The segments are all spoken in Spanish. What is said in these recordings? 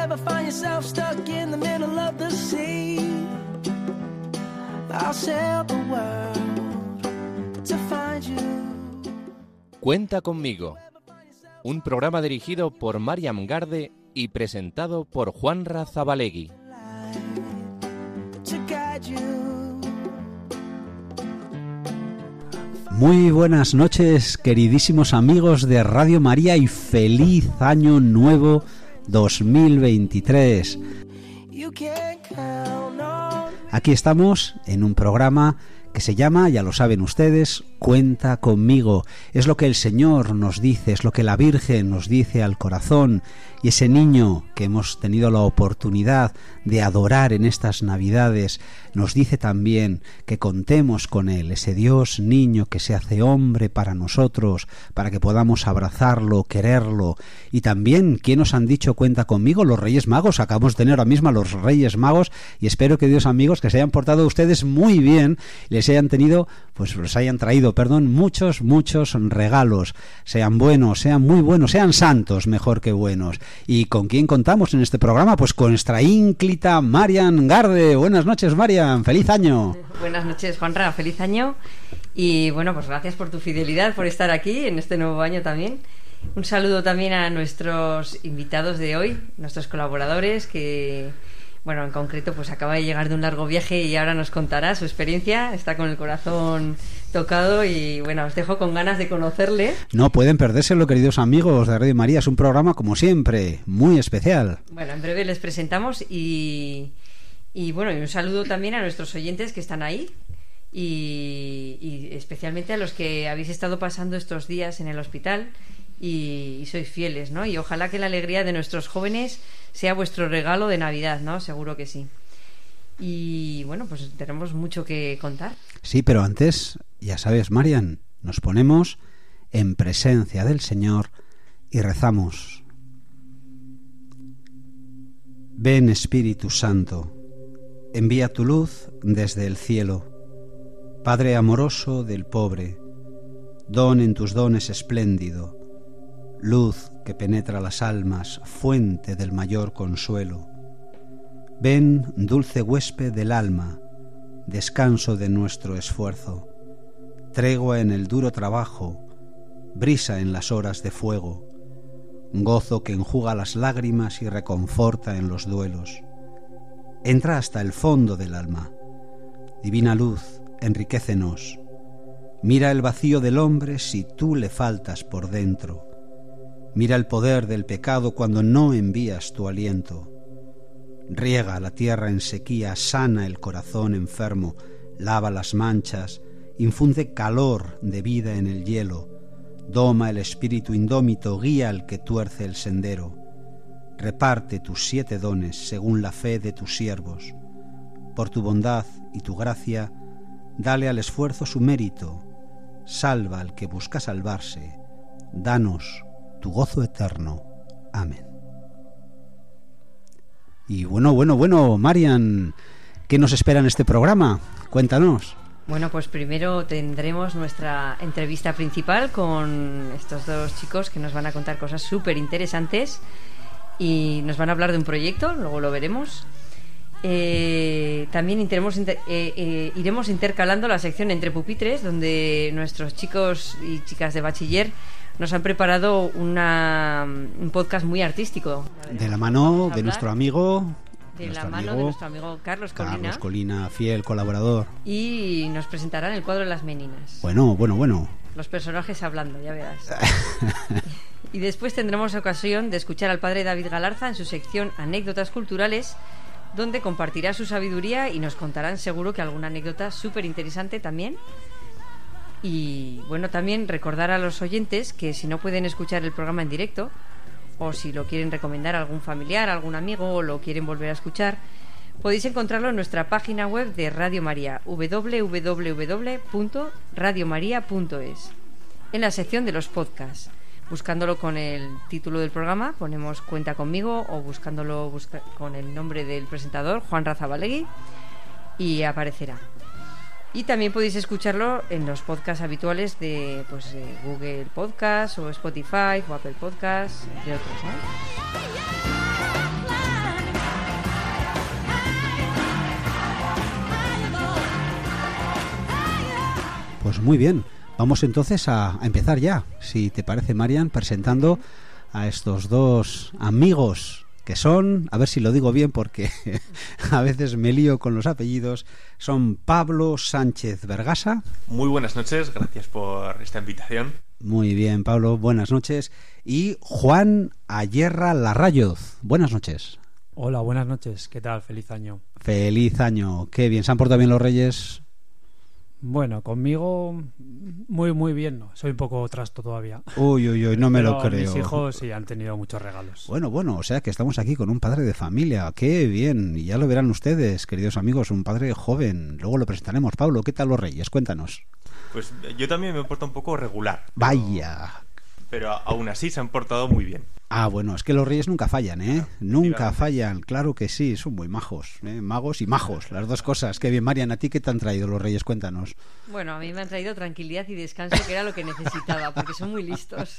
ever find yourself stuck in the middle of the sea, I'll sail the world to find you. Cuenta conmigo. Un programa dirigido por Mariam Garde y presentado por Juanra Zabalegui. Muy buenas noches, queridísimos amigos de Radio María, y feliz año nuevo 2023. Aquí estamos en un programa que se llama, ya lo saben ustedes, Cuenta conmigo. Es lo que el Señor nos dice, es lo que la Virgen nos dice al corazón, y ese niño que hemos tenido la oportunidad de adorar en estas Navidades nos dice también que contemos con Él, ese Dios niño que se hace hombre para nosotros, para que podamos abrazarlo, quererlo. Y también, ¿quién nos han dicho cuenta conmigo? Los Reyes Magos. Acabamos de tener ahora mismo a los Reyes Magos, y espero, queridos amigos, que se hayan portado ustedes muy bien, les hayan traído muchos regalos. Sean buenos, sean muy buenos, sean santos mejor que buenos. ¿Y con quién contamos en este programa? Pues con nuestra ínclita Mariam Garde. Buenas noches, Mariam, feliz año. Buenas noches, Juanra, feliz año. Y bueno, pues gracias por tu fidelidad, por estar aquí en este nuevo año también. Un saludo también a nuestros invitados de hoy, nuestros colaboradores que... Bueno, en concreto, pues acaba de llegar de un largo viaje y ahora nos contará su experiencia. Está con el corazón tocado y, bueno, os dejo con ganas de conocerle. No pueden perdérselo, queridos amigos de Radio María. Es un programa, como siempre, muy especial. Bueno, en breve les presentamos y bueno, y un saludo también a nuestros oyentes que están ahí y especialmente a los que habéis estado pasando estos días en el hospital y sois fieles, ¿no? Y ojalá que la alegría de nuestros jóvenes sea vuestro regalo de Navidad, ¿no? Seguro que sí. Y bueno, pues tenemos mucho que contar. Sí, pero antes, ya sabes, Mariam, nos ponemos en presencia del Señor y rezamos. Ven, Espíritu Santo, envía tu luz desde el cielo. Padre amoroso del pobre, don en tus dones espléndido, luz que penetra las almas, fuente del mayor consuelo. Ven, dulce huésped del alma, descanso de nuestro esfuerzo, tregua en el duro trabajo, brisa en las horas de fuego, gozo que enjuga las lágrimas y reconforta en los duelos. Entra hasta el fondo del alma. Divina luz, enriquécenos. Mira el vacío del hombre si tú le faltas por dentro. Mira el poder del pecado cuando no envías tu aliento. Riega la tierra en sequía, sana el corazón enfermo, lava las manchas, infunde calor de vida en el hielo, doma el espíritu indómito, guía al que tuerce el sendero. Reparte tus 7 dones según la fe de tus siervos. Por tu bondad y tu gracia, dale al esfuerzo su mérito. Salva al que busca salvarse. Danos tu gozo eterno. Amén. Y bueno, Mariam, ¿qué nos espera en este programa? Cuéntanos. Bueno, pues primero tendremos nuestra entrevista principal con estos dos chicos que nos van a contar cosas súper interesantes y nos van a hablar de un proyecto, luego lo veremos. También iremos intercalando la sección Entre Pupitres, donde nuestros chicos y chicas de bachiller nos han preparado un podcast muy artístico. De la mano de nuestro amigo... De nuestro amigo Carlos Colina. Carlos Colina, fiel colaborador. Y nos presentarán el cuadro de las meninas. Bueno. Los personajes hablando, ya verás. Y después tendremos ocasión de escuchar al padre David Galarza en su sección Anécdotas Culturales, donde compartirá su sabiduría y nos contarán seguro que alguna anécdota súper interesante también. Y bueno, también recordar a los oyentes que si no pueden escuchar el programa en directo, o si lo quieren recomendar a algún familiar, a algún amigo, o lo quieren volver a escuchar, podéis encontrarlo en nuestra página web de Radio María, www.radiomaria.es, en la sección de los podcasts. Buscándolo con el título del programa, ponemos Cuenta conmigo, o buscándolo con el nombre del presentador, Juanra Zabalegui, y aparecerá. Y también podéis escucharlo en los podcasts habituales de Google Podcast o Spotify o Apple Podcast, entre otros, ¿no? Pues muy bien, vamos entonces a empezar ya, si te parece, Marian, presentando a estos dos amigos que son, a ver si lo digo bien porque a veces me lío con los apellidos, son Pablo Sánchez Vergasa. Muy buenas noches, gracias por esta invitación. Muy bien, Pablo, buenas noches. Y Juan Ayerra Larrayoz, buenas noches. Hola, buenas noches, ¿qué tal? Feliz año. Feliz año, qué bien, ¿se han portado bien los Reyes? Bueno, conmigo muy bien, no. Soy un poco trasto todavía. Uy, no me Pero lo creo. Mis hijos sí han tenido muchos regalos. Bueno, o sea que estamos aquí con un padre de familia. Qué bien, y ya lo verán ustedes, queridos amigos, un padre joven. Luego lo presentaremos. Pablo, ¿qué tal los Reyes? Cuéntanos. Pues yo también me he portado un poco regular. Vaya. Pero aún así se han portado muy bien. Ah, bueno, es que los Reyes nunca fallan, ¿eh? Nunca fallan, claro que sí, son muy majos, ¿eh? Magos y majos, las dos cosas. Qué bien, Marian, ¿a ti qué te han traído los Reyes? Cuéntanos. Bueno, a mí me han traído tranquilidad y descanso, que era lo que necesitaba, porque son muy listos.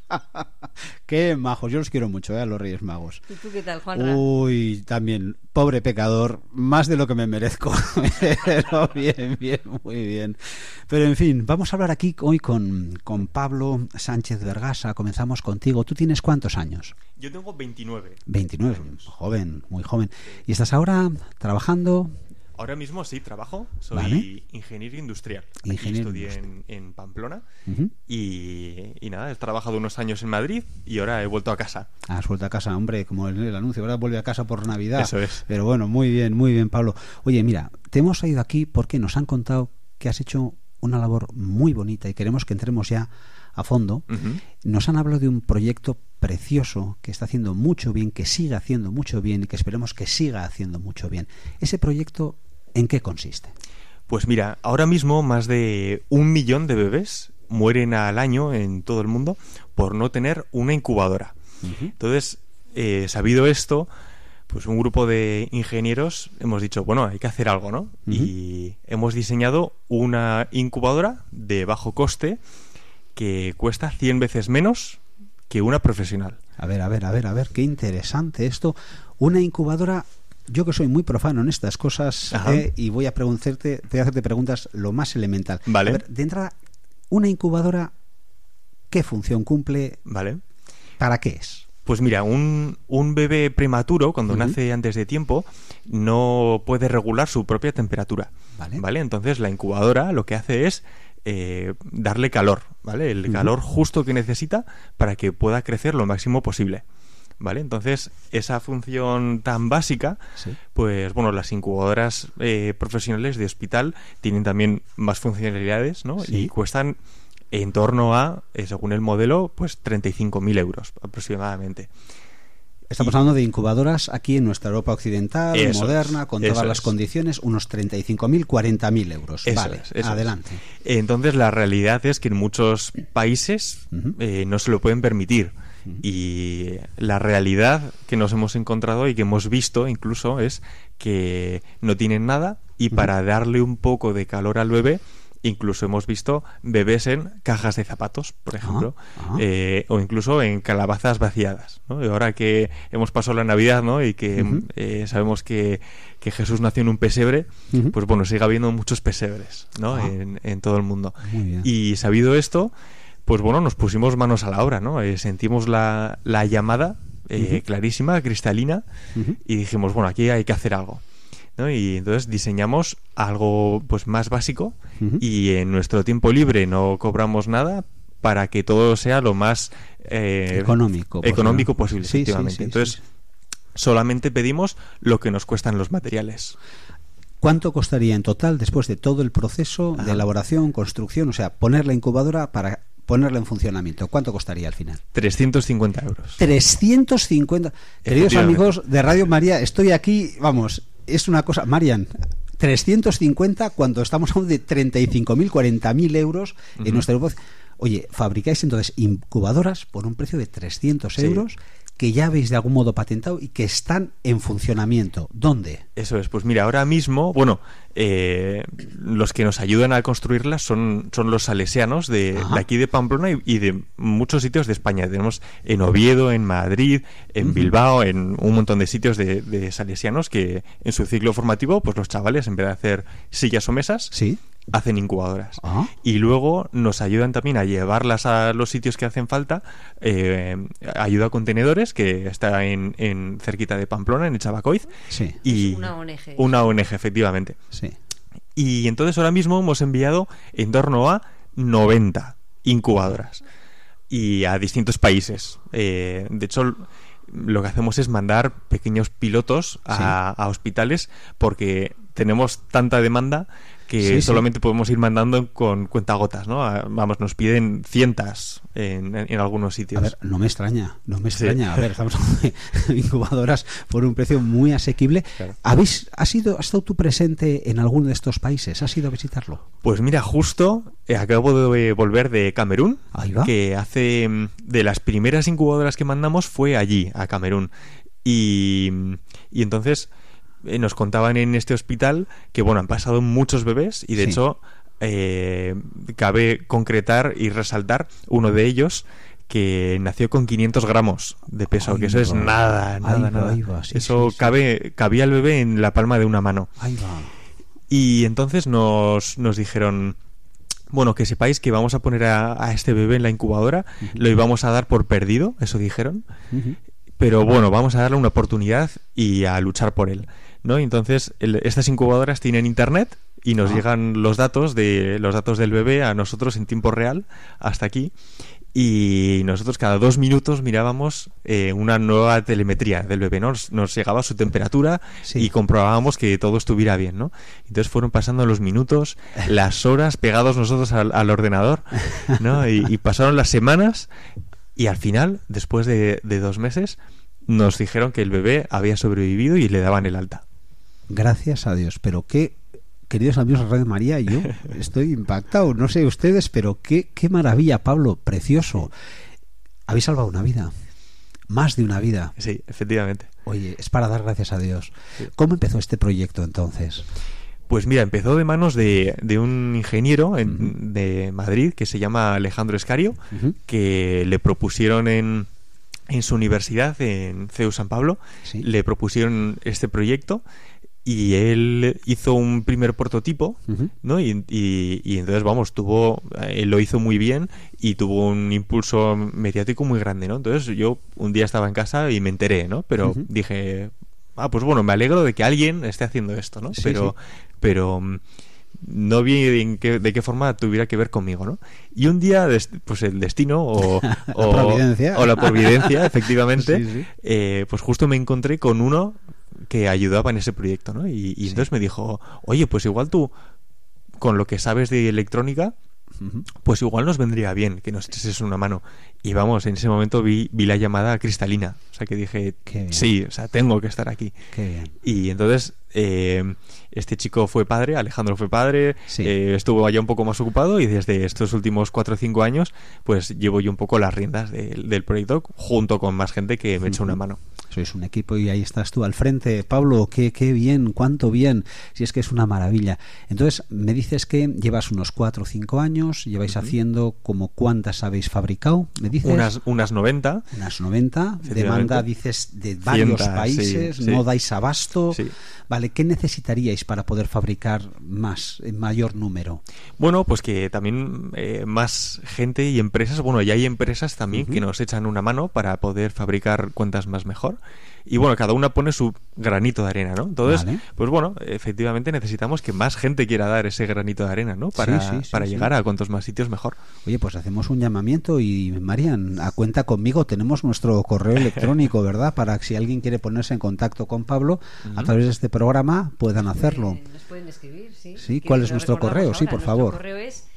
Qué majos, yo los quiero mucho, a los Reyes Magos. ¿Y tú qué tal, Juanra? Uy, también, pobre pecador, más de lo que me merezco. Pero bien, muy bien. Pero en fin, vamos a hablar aquí hoy con Pablo Sánchez Vergasa. Comenzamos contigo. ¿Tú tienes cuántos años? Yo tengo 29. 29, joven, muy joven. ¿Y estás ahora trabajando? Ahora mismo sí, trabajo. Soy ingeniero industrial. Ingeniero Aquí estudié industrial. en Pamplona. Uh-huh. Y nada, he trabajado unos años en Madrid y ahora he vuelto a casa. Has vuelto a casa, hombre, como el anuncio, ahora vuelve a casa por Navidad. Eso es. Pero bueno, muy bien, Pablo. Oye, mira, te hemos traído aquí porque nos han contado que has hecho una labor muy bonita y queremos que entremos ya a fondo. Uh-huh. Nos han hablado de un proyecto precioso que está haciendo mucho bien, que siga haciendo mucho bien y que esperemos que siga haciendo mucho bien. Ese proyecto, ¿en qué consiste? Pues mira, ahora mismo más de 1 millón de bebés mueren al año en todo el mundo por no tener una incubadora. Uh-huh. Entonces, sabido esto, pues un grupo de ingenieros hemos dicho, bueno, hay que hacer algo, ¿no? Uh-huh. Y hemos diseñado una incubadora de bajo coste que cuesta 100 veces menos que una profesional. A ver, qué interesante esto. Una incubadora. Yo que soy muy profano en estas cosas, y voy a hacerte preguntas lo más elemental. Vale. A ver, de entrada, una incubadora, ¿qué función cumple? Vale. ¿Para qué es? Pues mira, un bebé prematuro, cuando Uh-huh. nace antes de tiempo, no puede regular su propia temperatura. Vale. Entonces la incubadora lo que hace es darle calor, ¿vale? El Uh-huh. calor justo que necesita para que pueda crecer lo máximo posible. ¿Vale? Entonces, esa función tan básica, Sí. pues bueno, las incubadoras profesionales de hospital tienen también más funcionalidades, ¿no? Sí. Y cuestan en torno a, según el modelo, pues 35.000 euros aproximadamente. Estamos hablando de incubadoras aquí en nuestra Europa occidental, Eso moderna, es, con todas eso las es. condiciones, unos 35.000, 40.000 euros. Eso Vale, es. adelante. Entonces, la realidad es que en muchos países Uh-huh. no se lo pueden permitir. Y la realidad que nos hemos encontrado y que hemos visto incluso es que no tienen nada y para darle un poco de calor al bebé incluso hemos visto bebés en cajas de zapatos, por ejemplo, o incluso en calabazas vaciadas, ¿no? Y ahora que hemos pasado la Navidad, ¿no? Y que sabemos que Jesús nació en un pesebre, pues bueno, sigue habiendo muchos pesebres, ¿no? En todo el mundo. Muy bien. Y sabido esto, pues bueno, nos pusimos manos a la obra, ¿no? Sentimos la llamada clarísima, cristalina, y dijimos, bueno, aquí hay que hacer algo, ¿no? Y entonces diseñamos algo pues más básico y en nuestro tiempo libre no cobramos nada para que todo sea lo más económico posible, sí, efectivamente. Sí. Entonces solamente pedimos lo que nos cuestan los materiales. ¿Cuánto costaría en total después de todo el proceso de elaboración, construcción, o sea, poner la incubadora para ponerla en funcionamiento? ¿Cuánto costaría al final? 350 euros. 350. Queridos amigos de Radio María, estoy aquí, vamos, es una cosa, Marian, 350 cuando estamos hablando de 35.000, 40.000 euros en nuestra Europa. Oye, fabricáis entonces incubadoras por un precio de 300 euros que ya habéis de algún modo patentado y que están en funcionamiento. ¿Dónde? Eso es, pues mira, ahora mismo, bueno, los que nos ayudan a construirlas son los salesianos de aquí de Pamplona y de muchos sitios de España. Tenemos en Oviedo, en Madrid, en Bilbao, en un montón de sitios de salesianos que en su ciclo formativo, pues los chavales, en vez de hacer sillas o mesas, hacen incubadoras. Ah. Y luego nos ayudan también a llevarlas a los sitios que hacen falta. Ayuda a Contenedores, que está en cerquita de Pamplona, en Echabacoiz. Sí, Y Es una ONG. Una ONG, efectivamente. sí. Y entonces ahora mismo hemos enviado en torno a 90 incubadoras y a distintos países. De hecho, lo que hacemos es mandar pequeños pilotos a hospitales, porque tenemos tanta demanda que Sí, sí. solamente podemos ir mandando con cuentagotas, ¿no? Vamos, nos piden cientos en algunos sitios. A ver, no me extraña. A ver, estamos hablando de incubadoras por un precio muy asequible. Claro. ¿Has estado tú presente en alguno de estos países? ¿Has ido a visitarlo? Pues mira, justo acabo de volver de Camerún, Ahí va. que de las primeras incubadoras que mandamos fue allí, a Camerún. Y entonces nos contaban en este hospital que, bueno, han pasado muchos bebés y de Sí. hecho cabe concretar y resaltar uno de ellos que nació con 500 gramos de peso, Ahí que eso es va. nada. Ahí va, sí, Eso sí, sí. cabía el bebé en la palma de una mano. Ahí va. Y entonces nos dijeron, bueno, que sepáis que vamos a poner a este bebé en la incubadora, lo íbamos a dar por perdido, eso dijeron, Ujú. pero bueno, vamos a darle una oportunidad y a luchar por él, ¿no? Y entonces estas incubadoras tienen internet y nos llegan los datos del bebé a nosotros en tiempo real hasta aquí. Y nosotros cada 2 minutos mirábamos una nueva telemetría del bebé, ¿no? Nos llegaba su temperatura Sí. y comprobábamos que todo estuviera bien, ¿no? Entonces fueron pasando los minutos, las horas, pegados nosotros al ordenador, ¿no? Y pasaron las semanas y al final, después de 2 meses, nos dijeron que el bebé había sobrevivido y le daban el alta. Gracias a Dios. Pero qué, queridos amigos de Radio María, yo estoy impactado. No sé ustedes, pero qué maravilla, Pablo. Precioso. Habéis salvado una vida. Más de una vida. Sí, efectivamente. Oye, es para dar gracias a Dios. ¿Cómo empezó este proyecto entonces? Pues mira, empezó de manos de un ingeniero de Madrid que se llama Alejandro Escario, Ujú. que le propusieron en su universidad, en CEU San Pablo, Sí. le propusieron este proyecto y él hizo un primer prototipo, Ujú. ¿no? Y entonces, vamos, él lo hizo muy bien y tuvo un impulso mediático muy grande, ¿no? Entonces yo un día estaba en casa y me enteré, ¿no? Pero Ujú. dije, pues bueno, me alegro de que alguien esté haciendo esto, ¿no? Sí, Pero no vi de qué forma tuviera que ver conmigo, ¿no? Y un día, pues el destino o providencia. o la providencia, efectivamente, Sí, sí. pues justo me encontré con uno que ayudaba en ese proyecto, ¿no? Y entonces me dijo, oye, pues igual tú, con lo que sabes de electrónica, Ujú. pues igual nos vendría bien que nos eches una mano. Y vamos, en ese momento vi la llamada cristalina. O sea que dije, Qué bien. sí, o sea, tengo que estar aquí. Qué bien. Y entonces este chico fue padre, Alejandro fue padre, Sí. estuvo allá un poco más ocupado y desde estos últimos 4 o 5 años pues llevo yo un poco las riendas del proyecto junto con más gente que me echa una mano. Sois un equipo y ahí estás tú al frente. Pablo, qué bien, cuánto bien. Si es que es una maravilla. Entonces, me dices que llevas unos 4 o 5 años, lleváis haciendo como cuántas habéis fabricado, me dices. Unas 90. Unas 90. Efectivamente. Demanda, dices, de varios Cientas, países, sí, no sí. dais abasto. Sí. Vale, ¿qué necesitaríais para poder fabricar más, en mayor número? Bueno, pues que también más gente y empresas, bueno, ya hay empresas también que nos echan una mano para poder fabricar cuantas más mejor. Y bueno, cada una pone su granito de arena, ¿no? Entonces, Vale. pues bueno, efectivamente necesitamos que más gente quiera dar ese granito de arena, ¿no? Para Sí, llegar a cuantos más sitios mejor. Oye, pues hacemos un llamamiento y, Marian, a cuenta conmigo, tenemos nuestro correo electrónico, ¿verdad? Para que si alguien quiere ponerse en contacto con Pablo a través de este programa, puedan hacerlo. Nos pueden escribir, sí. Sí, Que ¿cuál es lo nuestro recordamos correo? Sí, ahora. por Nuestro favor. correo es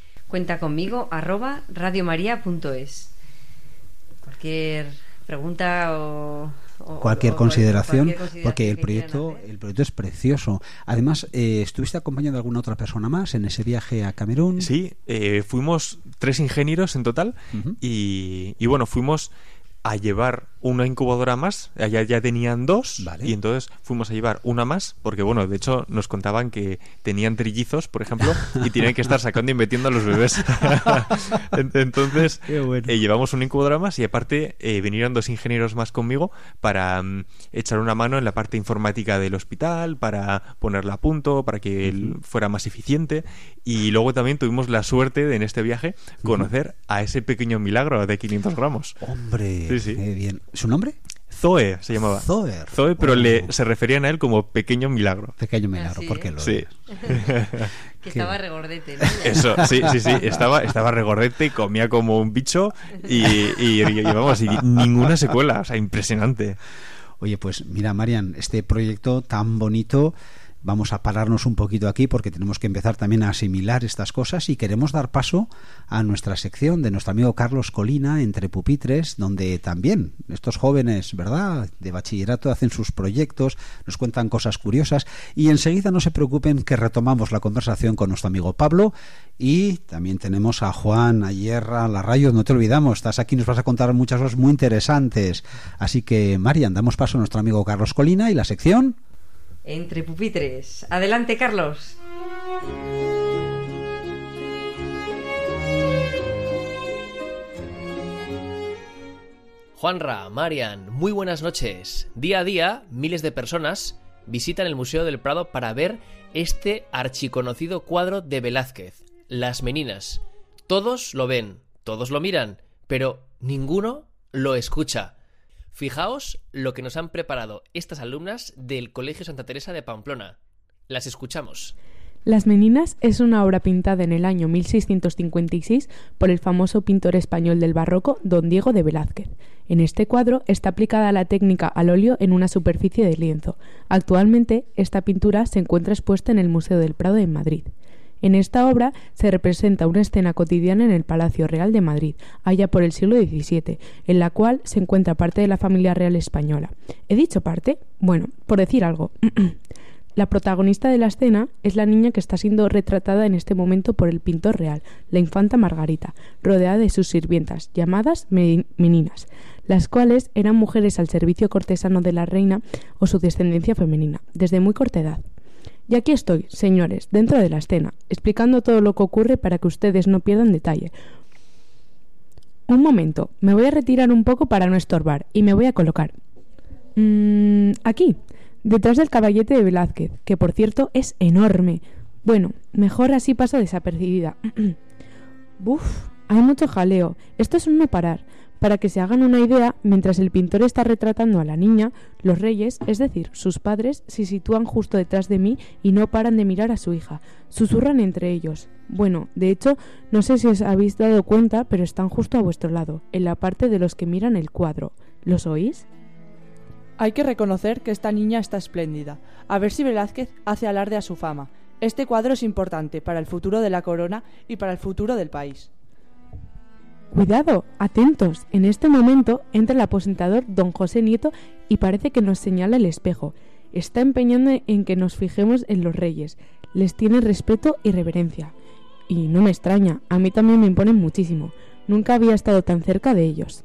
cuentaconmigo@radiomaria.es. Cualquier pregunta o Cualquier consideración, cualquier consideración porque el que quieran proyecto hacer. es precioso. Además, ¿estuviste acompañando a alguna otra persona más en ese viaje a Camerún? Sí, fuimos 3 ingenieros en total Ujú. y bueno, fuimos a llevar una incubadora más, allá ya tenían 2, Vale. y entonces fuimos a llevar una más, porque bueno, de hecho nos contaban que tenían trillizos, por ejemplo, y tienen que estar sacando y metiendo a los bebés. Entonces Qué bueno. llevamos una incubadora más, y aparte vinieron 2 ingenieros más conmigo para echar una mano en la parte informática del hospital, para ponerla a punto, para que fuera más eficiente. Y luego también tuvimos la suerte de en este viaje conocer a ese pequeño milagro de 500 gramos. Hombre, Sí, sí. qué bien. ¿Su nombre? Zoe se llamaba. Zoe, pero Oh. se referían a él como pequeño milagro. Pequeño milagro, Ah, sí, porque ¿eh? lo Sí. Que estaba regordete, ¿no? Eso, sí. Estaba regordete, comía como un bicho y vamos, y ninguna secuela. O sea, impresionante. Oye, pues mira, Marian, este proyecto tan bonito, vamos a pararnos un poquito aquí porque tenemos que empezar también a asimilar estas cosas y queremos dar paso a nuestra sección de nuestro amigo Carlos Colina, Entre Pupitres, donde también estos jóvenes, ¿verdad?, de bachillerato hacen sus proyectos, nos cuentan cosas curiosas y enseguida no se preocupen que retomamos la conversación con nuestro amigo Pablo y también tenemos a Juan, a Yerra, a Larrayo, no te olvidamos, estás aquí, nos vas a contar muchas cosas muy interesantes. Así que, Marian, damos paso a nuestro amigo Carlos Colina y la sección... Entre Pupitres. Adelante, Carlos. Juanra, Marian, muy buenas noches. Día a día, miles de personas visitan el Museo del Prado para ver este archiconocido cuadro de Velázquez, Las Meninas. Todos lo ven, todos lo miran, pero ninguno lo escucha. Fijaos lo que nos han preparado estas alumnas del Colegio Santa Teresa de Pamplona. Las escuchamos. Las Meninas es una obra pintada en el año 1656 por el famoso pintor español del barroco Don Diego de Velázquez. En este cuadro está aplicada la técnica al óleo en una superficie de lienzo. Actualmente, esta pintura se encuentra expuesta en el Museo del Prado en Madrid. En esta obra se representa una escena cotidiana en el Palacio Real de Madrid, allá por el siglo XVII, en la cual se encuentra parte de la familia real española. ¿He dicho parte? Bueno, por decir algo. La protagonista de la escena es la niña que está siendo retratada en este momento por el pintor real, la infanta Margarita, rodeada de sus sirvientas, llamadas meninas, las cuales eran mujeres al servicio cortesano de la reina o su descendencia femenina, desde muy corta edad. Y aquí estoy, señores, dentro de la escena, explicando todo lo que ocurre para que ustedes no pierdan detalle. Un momento, me voy a retirar un poco para no estorbar y me voy a colocar aquí, detrás del caballete de Velázquez, que por cierto es enorme. Bueno, mejor así paso desapercibida. Buf, hay mucho jaleo. Esto es un no parar. Para que se hagan una idea, mientras el pintor está retratando a la niña, los reyes, es decir, sus padres, se sitúan justo detrás de mí y no paran de mirar a su hija. Susurran entre ellos. Bueno, de hecho, no sé si os habéis dado cuenta, pero están justo a vuestro lado, en la parte de los que miran el cuadro. ¿Los oís? Hay que reconocer que esta niña está espléndida. A ver si Velázquez hace alarde a su fama. Este cuadro es importante para el futuro de la corona y para el futuro del país. Cuidado, atentos. En este momento entra el aposentador don José Nieto y parece que nos señala el espejo. Está empeñando en que nos fijemos en los reyes. Les tiene respeto y reverencia. Y no me extraña, a mí también me imponen muchísimo. Nunca había estado tan cerca de ellos.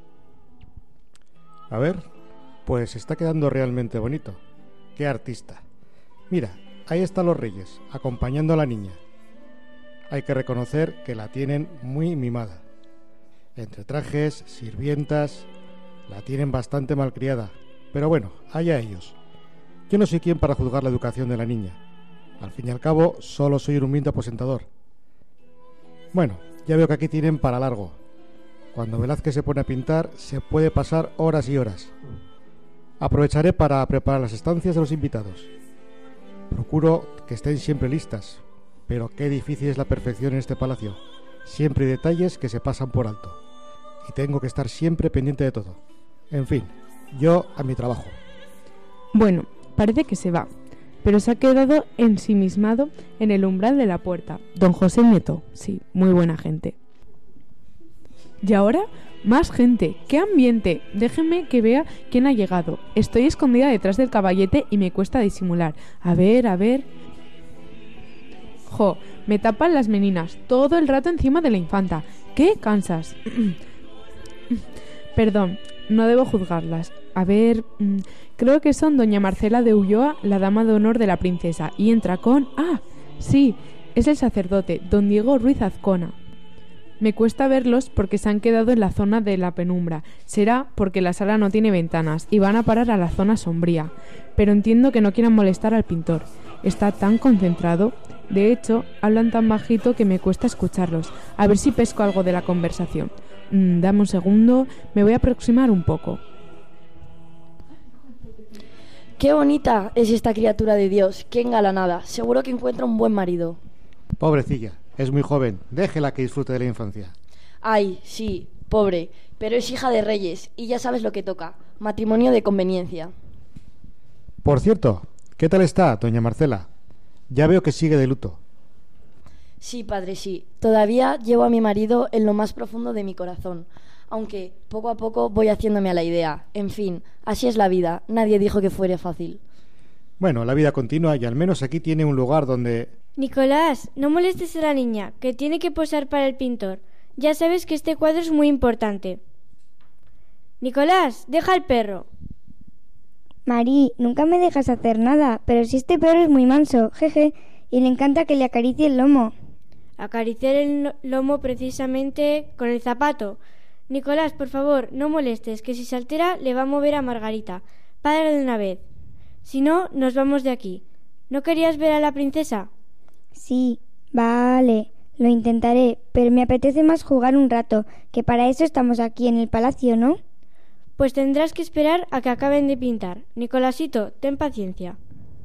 A ver, pues está quedando realmente bonito. ¡Qué artista! Mira, ahí están los reyes, acompañando a la niña. Hay que reconocer que la tienen muy mimada. Entre trajes, sirvientas, la tienen bastante malcriada. Pero bueno, allá ellos. Yo no soy quien para juzgar la educación de la niña. Al fin y al cabo, solo soy un humilde aposentador. Bueno, ya veo que aquí tienen para largo. Cuando Velázquez se pone a pintar, se puede pasar horas y horas. Aprovecharé para preparar las estancias de los invitados. Procuro que estén siempre listas, pero qué difícil es la perfección en este palacio. Siempre hay detalles que se pasan por alto. Y tengo que estar siempre pendiente de todo. En fin, yo a mi trabajo. Bueno, parece que se va, pero se ha quedado ensimismado en el umbral de la puerta. Don José Nieto, sí, muy buena gente. Y ahora, más gente. ¡Qué ambiente! Déjenme que vea quién ha llegado. Estoy escondida detrás del caballete y me cuesta disimular. A ver... Jo, me tapan las meninas todo el rato encima de la infanta. ¿Qué? Cansas. Perdón, no debo juzgarlas. A ver, creo que son doña Marcela de Ulloa, la dama de honor de la princesa, y entra con... ¡Ah! Sí, es el sacerdote, don Diego Ruiz Azcona. Me cuesta verlos porque se han quedado en la zona de la penumbra. Será porque la sala no tiene ventanas y van a parar a la zona sombría. Pero entiendo que no quieran molestar al pintor. Está tan concentrado. De hecho, hablan tan bajito que me cuesta escucharlos. A ver si pesco algo de la conversación. Dame un segundo, me voy a aproximar un poco. ¡Qué bonita es esta criatura de Dios! ¡Qué engalanada! Seguro que encuentra un buen marido. Pobrecilla, es muy joven. Déjela que disfrute de la infancia. Ay, sí, pobre, pero es hija de reyes y ya sabes lo que toca. Matrimonio de conveniencia. Por cierto, ¿qué tal está, doña Marcela? Ya veo que sigue de luto. Sí, padre, sí. Todavía llevo a mi marido en lo más profundo de mi corazón. Aunque poco a poco voy haciéndome a la idea. En fin, así es la vida. Nadie dijo que fuera fácil. Bueno, la vida continúa y al menos aquí tiene un lugar donde... Nicolás, no molestes a la niña, que tiene que posar para el pintor. Ya sabes que este cuadro es muy importante. Nicolás, deja al perro. Marí, nunca me dejas hacer nada, pero si este perro es muy manso, jeje, y le encanta que le acaricie el lomo. Acariciar el lomo precisamente con el zapato. Nicolás, por favor, no molestes, que si se altera le va a mover a Margarita. Para de una vez. Si no, nos vamos de aquí. ¿No querías ver a la princesa? Sí, vale, lo intentaré, pero me apetece más jugar un rato, que para eso estamos aquí en el palacio, ¿no? Pues tendrás que esperar a que acaben de pintar. Nicolásito, ten paciencia.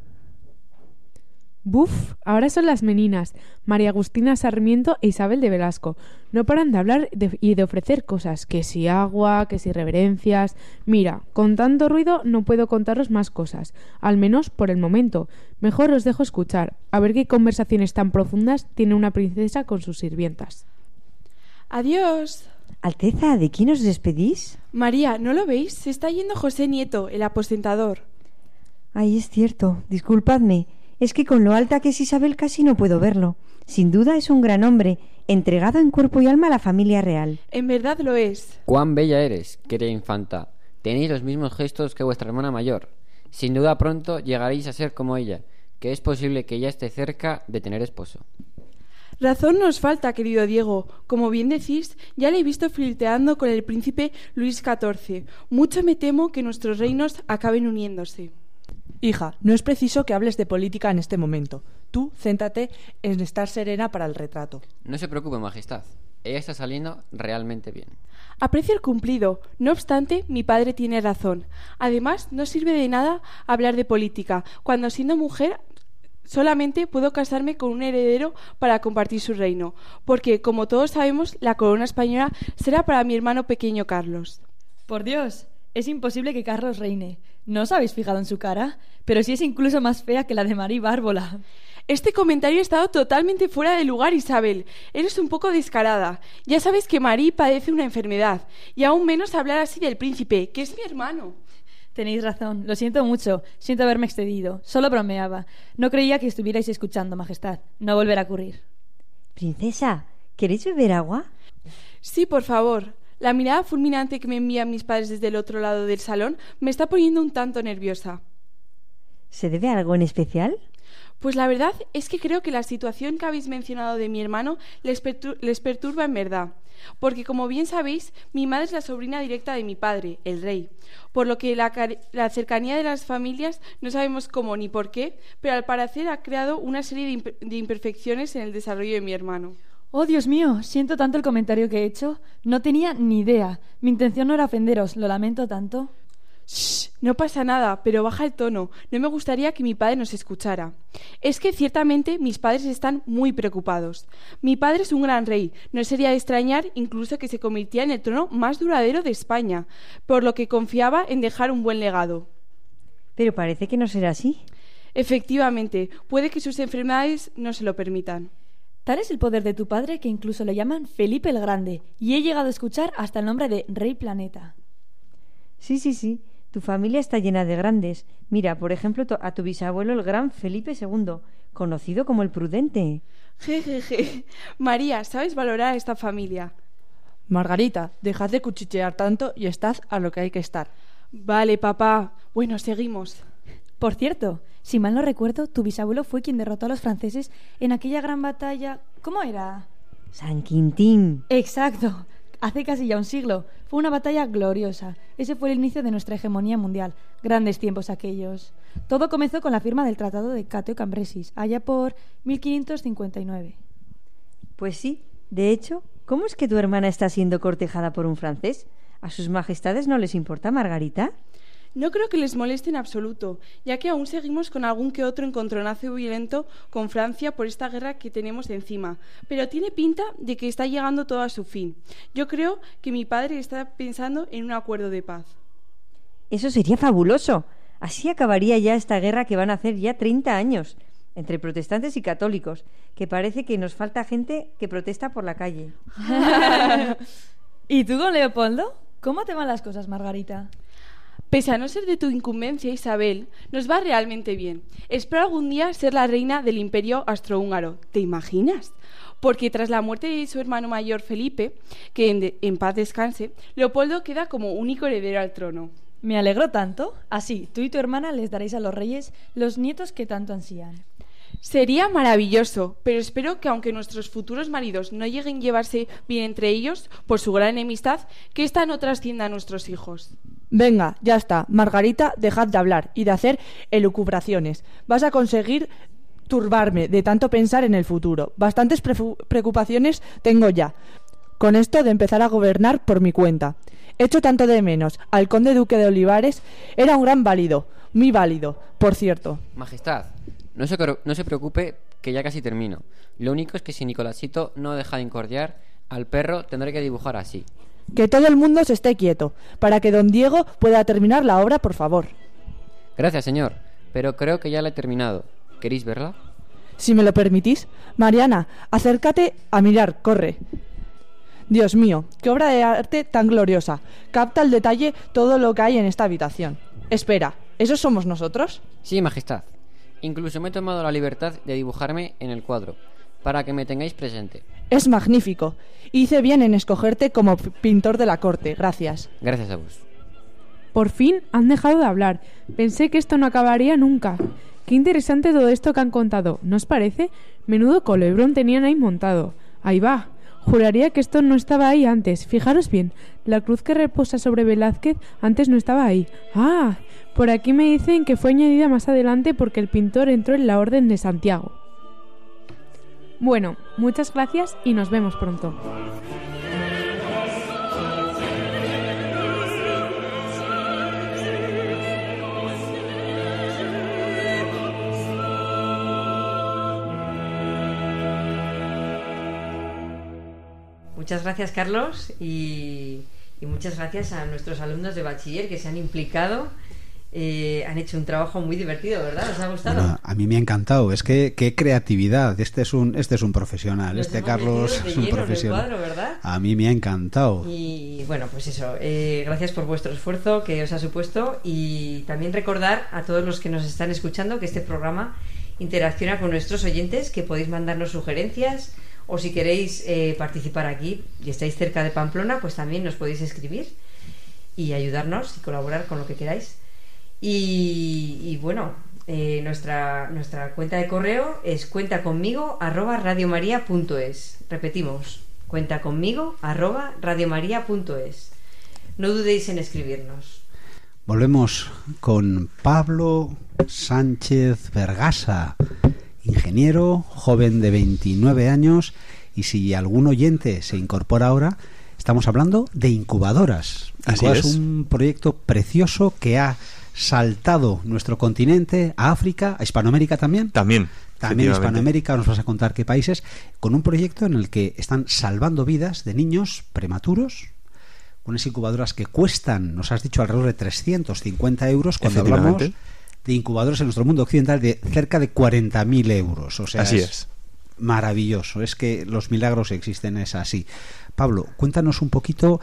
Buf, ahora son las meninas, María Agustina Sarmiento e Isabel de Velasco. No paran de hablar y de ofrecer cosas, que si agua, que si reverencias... Mira, con tanto ruido no puedo contaros más cosas, al menos por el momento. Mejor os dejo escuchar, a ver qué conversaciones tan profundas tiene una princesa con sus sirvientas. Adiós. Alteza, ¿de quién os despedís? María, ¿no lo veis? Se está yendo José Nieto, el apostentador. Ay, es cierto, disculpadme. Es que con lo alta que es Isabel casi no puedo verlo. Sin duda es un gran hombre, entregado en cuerpo y alma a la familia real. En verdad lo es. Cuán bella eres, querida infanta. Tenéis los mismos gestos que vuestra hermana mayor. Sin duda pronto llegaréis a ser como ella, que es posible que ella esté cerca de tener esposo. Razón nos falta, querido Diego. Como bien decís, ya le he visto flirteando con el príncipe Luis XIV. Mucho me temo que nuestros reinos acaben uniéndose. Hija, no es preciso que hables de política en este momento. Tú, céntrate en estar serena para el retrato. No se preocupe, Majestad. Ella está saliendo realmente bien. Aprecio el cumplido. No obstante, mi padre tiene razón. Además, no sirve de nada hablar de política, cuando siendo mujer solamente puedo casarme con un heredero para compartir su reino, porque, como todos sabemos, la corona española será para mi hermano pequeño Carlos. Por Dios, es imposible que Carlos reine. ¿No os habéis fijado en su cara? Pero sí es incluso más fea que la de Marí Bárbola. Este comentario ha estado totalmente fuera de lugar, Isabel. Eres un poco descarada. Ya sabes que Marí padece una enfermedad, y aún menos hablar así del príncipe, que es mi hermano. Tenéis razón, lo siento mucho. Siento haberme excedido. Solo bromeaba. No creía que estuvierais escuchando, Majestad. No volverá a ocurrir. Princesa, ¿queréis beber agua? Sí, por favor. La mirada fulminante que me envían mis padres desde el otro lado del salón me está poniendo un tanto nerviosa. ¿Se debe a algo en especial? Pues la verdad es que creo que la situación que habéis mencionado de mi hermano les perturba en verdad. Porque, como bien sabéis, mi madre es la sobrina directa de mi padre, el rey. Por lo que la cercanía de las familias no sabemos cómo ni por qué, pero al parecer ha creado una serie de imperfecciones en el desarrollo de mi hermano. Oh, Dios mío, siento tanto el comentario que he hecho. No tenía ni idea. Mi intención no era ofenderos, lo lamento tanto. Shh, no pasa nada, pero baja el tono. No me gustaría que mi padre nos escuchara. Es que ciertamente mis padres están muy preocupados. Mi padre es un gran rey. No sería de extrañar incluso que se convirtiera en el trono más duradero de España, por lo que confiaba en dejar un buen legado. Pero parece que no será así. Efectivamente, puede que sus enfermedades no se lo permitan. Tal es el poder de tu padre que incluso le llaman Felipe el Grande, y he llegado a escuchar hasta el nombre de Rey Planeta. Sí. Tu familia está llena de grandes. Mira, por ejemplo, a tu bisabuelo, el gran Felipe II, conocido como el Prudente. Jejeje. María, ¿sabes valorar a esta familia? Margarita, dejad de cuchichear tanto y estad a lo que hay que estar. Vale, papá. Bueno, seguimos. Por cierto, si mal no recuerdo, tu bisabuelo fue quien derrotó a los franceses en aquella gran batalla... ¿Cómo era? San Quintín. Exacto. Hace casi ya un siglo. Fue una batalla gloriosa. Ese fue el inicio de nuestra hegemonía mundial. Grandes tiempos aquellos. Todo comenzó con la firma del Tratado de Cateo Cambresis, allá por 1559. Pues sí, de hecho, ¿cómo es que tu hermana está siendo cortejada por un francés? ¿A sus majestades no les importa, Margarita? No creo que les moleste en absoluto, ya que aún seguimos con algún que otro encontronazo violento con Francia por esta guerra que tenemos encima, pero tiene pinta de que está llegando todo a su fin. Yo creo que mi padre está pensando en un acuerdo de paz. Eso sería fabuloso. Así acabaría ya esta guerra que van a hacer ya 30 años, entre protestantes y católicos, que parece que nos falta gente que protesta por la calle. ¿Y tú con Leopoldo? ¿Cómo te van las cosas, Margarita? Pese a no ser de tu incumbencia, Isabel, nos va realmente bien. Espero algún día ser la reina del imperio austrohúngaro. ¿Te imaginas? Porque tras la muerte de su hermano mayor Felipe, que en paz descanse, Leopoldo queda como único heredero al trono. Me alegro tanto. Así, tú y tu hermana les daréis a los reyes los nietos que tanto ansían. Sería maravilloso, pero espero que aunque nuestros futuros maridos no lleguen a llevarse bien entre ellos por su gran enemistad, que ésta no trascienda a nuestros hijos. Venga, ya está. Margarita, dejad de hablar y de hacer elucubraciones. Vas a conseguir turbarme de tanto pensar en el futuro. Bastantes preocupaciones tengo ya, con esto de empezar a gobernar por mi cuenta. Echo tanto de menos al conde duque de Olivares. Era un gran válido, muy válido, por cierto. Majestad, no se preocupe, que ya casi termino. Lo único es que si Nicolásito no deja de incordiar, al perro tendré que dibujar así. Que todo el mundo se esté quieto, para que don Diego pueda terminar la obra, por favor. Gracias, señor, pero creo que ya la he terminado. ¿Queréis verla? Si me lo permitís. Mariana, acércate a mirar, corre. Dios mío, qué obra de arte tan gloriosa. Capta al detalle todo lo que hay en esta habitación. Espera, ¿esos somos nosotros? Sí, majestad. Incluso me he tomado la libertad de dibujarme en el cuadro, para que me tengáis presente. Es magnífico. Hice bien en escogerte como pintor de la corte. Gracias. Gracias a vos. Por fin han dejado de hablar. Pensé que esto no acabaría nunca. Qué interesante todo esto que han contado, ¿no os parece? Menudo colebrón tenían ahí montado. Ahí va. Juraría que esto no estaba ahí antes. Fijaros bien, la cruz que reposa sobre Velázquez antes no estaba ahí. ¡Ah! Por aquí me dicen que fue añadida más adelante porque el pintor entró en la Orden de Santiago. Bueno, muchas gracias y nos vemos pronto. Muchas gracias, Carlos, y muchas gracias a nuestros alumnos de bachiller que se han implicado. Han hecho un trabajo muy divertido, ¿verdad? ¿Os ha gustado? Bueno, a mí me ha encantado. Es que qué creatividad. Este es un profesional. Nos este hemos Carlos metido es de un lleno en el profesional. cuadro, ¿verdad? A mí me ha encantado. Y bueno, pues eso. Gracias por vuestro esfuerzo que os ha supuesto, y también recordar a todos los que nos están escuchando que este programa interacciona con nuestros oyentes, que podéis mandarnos sugerencias, o si queréis participar aquí y estáis cerca de Pamplona, pues también nos podéis escribir y ayudarnos y colaborar con lo que queráis. Y bueno, nuestra cuenta de correo es cuentaconmigo@radiomaria.es. Repetimos, cuentaconmigo@radiomaria.es. No dudéis en escribirnos. Volvemos con Pablo Sánchez Vergasa, ingeniero, joven de 29 años, y si algún oyente se incorpora ahora, estamos hablando de incubadoras. Así Es es. un proyecto precioso que ha saltado nuestro continente a África, a Hispanoamérica también. También Hispanoamérica, nos vas a contar qué países, con un proyecto en el que están salvando vidas de niños prematuros, unas incubadoras que cuestan, nos has dicho, alrededor de 350 euros, cuando hablamos de incubadoras en nuestro mundo occidental de cerca de 40.000 euros. O sea, Así es. maravilloso. Es que los milagros existen, es así. Pablo, cuéntanos un poquito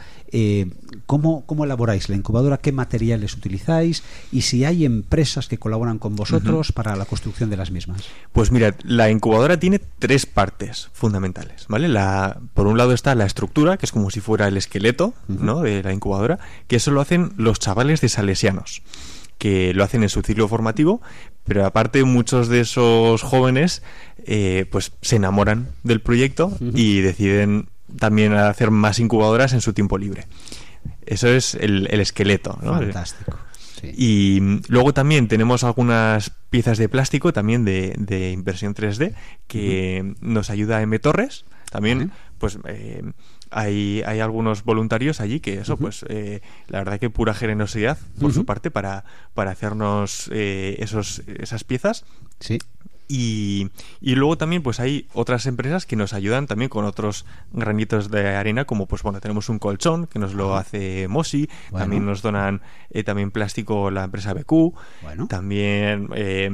cómo elaboráis la incubadora, qué materiales utilizáis y si hay empresas que colaboran con vosotros para la construcción de las mismas. Pues mira, la incubadora tiene 3 partes fundamentales, ¿vale? Por un lado está la estructura, que es como si fuera el esqueleto, ¿no?, de la incubadora, que eso lo hacen los chavales de Salesianos, que lo hacen en su ciclo formativo, pero aparte muchos de esos jóvenes pues se enamoran del proyecto y deciden también hacer más incubadoras en su tiempo libre. Eso es el esqueleto, ¿no? Fantástico. Sí. Y luego también tenemos algunas piezas de plástico también de impresión 3D que nos ayuda M. Torres. También pues hay algunos voluntarios allí que eso pues la verdad que pura generosidad por su parte para hacernos esas piezas. Sí. Y luego también pues hay otras empresas que nos ayudan también con otros granitos de arena, como pues bueno, tenemos un colchón que nos lo hace Mosi, también nos donan también plástico la empresa BQ, también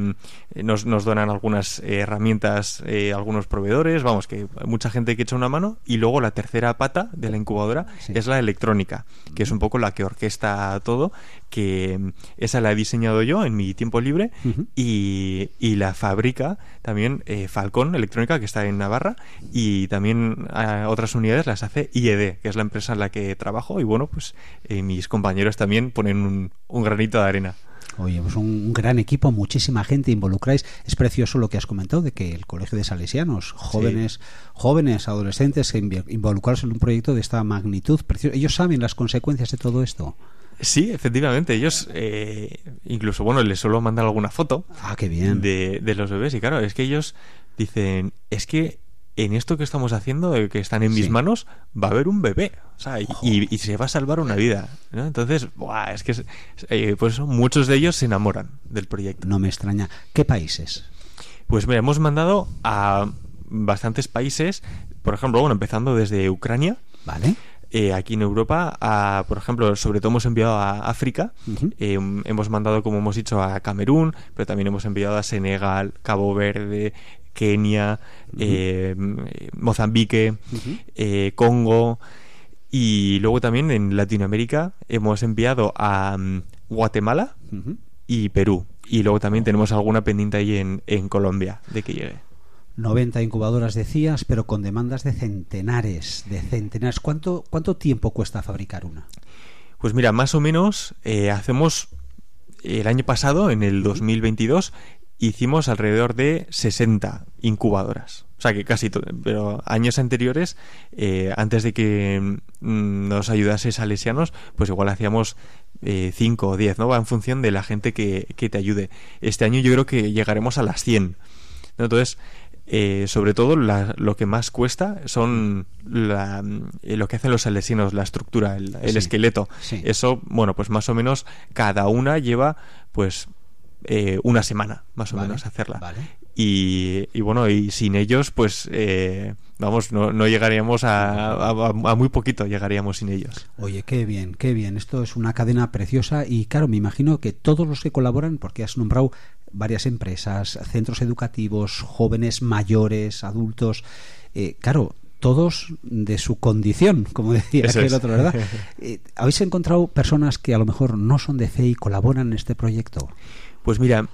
nos donan algunas herramientas algunos proveedores, vamos, que hay mucha gente que echa una mano. Y luego la tercera pata de la incubadora es la electrónica, que es un poco la que orquesta todo, que esa la he diseñado yo en mi tiempo libre y la fabrica también Falcón Electrónica, que está en Navarra, y también otras unidades las hace IED, que es la empresa en la que trabajo, y bueno, pues mis compañeros también ponen un granito de arena. Oye, pues un gran equipo, muchísima gente involucráis. Es precioso lo que has comentado de que el Colegio de Salesianos, jóvenes, adolescentes, involucrados en un proyecto de esta magnitud, precioso. Ellos saben las consecuencias de todo esto. Sí, efectivamente, ellos incluso, bueno, les suelo mandar alguna foto qué bien. De los bebés, y claro, es que ellos dicen, es que en esto que estamos haciendo, que están en mis manos, va a haber un bebé, o sea, y se va a salvar una vida, ¿no? Entonces, es que por eso muchos de ellos se enamoran del proyecto. No me extraña. ¿Qué países? Pues mira, hemos mandado a bastantes países, por ejemplo, bueno, empezando desde Ucrania. Vale. Aquí en Europa, por ejemplo, sobre todo hemos enviado a África, hemos mandado, como hemos dicho, a Camerún, pero también hemos enviado a Senegal, Cabo Verde, Kenia, Mozambique, Congo, y luego también en Latinoamérica hemos enviado a Guatemala y Perú, y luego también tenemos alguna pendiente ahí en Colombia de que llegue. 90 incubadoras decías, pero con demandas de centenares. ¿Cuánto tiempo cuesta fabricar una? Pues mira, más o menos hacemos el año pasado, en el 2022, hicimos alrededor de 60 incubadoras. O sea que casi todo, pero años anteriores, antes de que nos ayudase Salesianos, pues igual hacíamos 5 o 10, ¿no? Va en función de la gente que te ayude. Este año yo creo que llegaremos a las 100, ¿no? Entonces, sobre todo lo que más cuesta son lo que hacen los salesianos, la estructura, el esqueleto. Sí. Eso, bueno, pues más o menos cada una lleva pues una semana más o menos hacerla. Vale. Y bueno, y sin ellos pues vamos, no llegaríamos a muy poquito, llegaríamos sin ellos. Oye, qué bien, esto es una cadena preciosa. Y claro, me imagino que todos los que colaboran, porque has nombrado varias empresas, centros educativos, jóvenes, mayores, adultos, claro, todos de su condición, como decía aquel otro, ¿verdad? ¿Habéis encontrado personas que a lo mejor no son de fe y colaboran en este proyecto? Pues mira,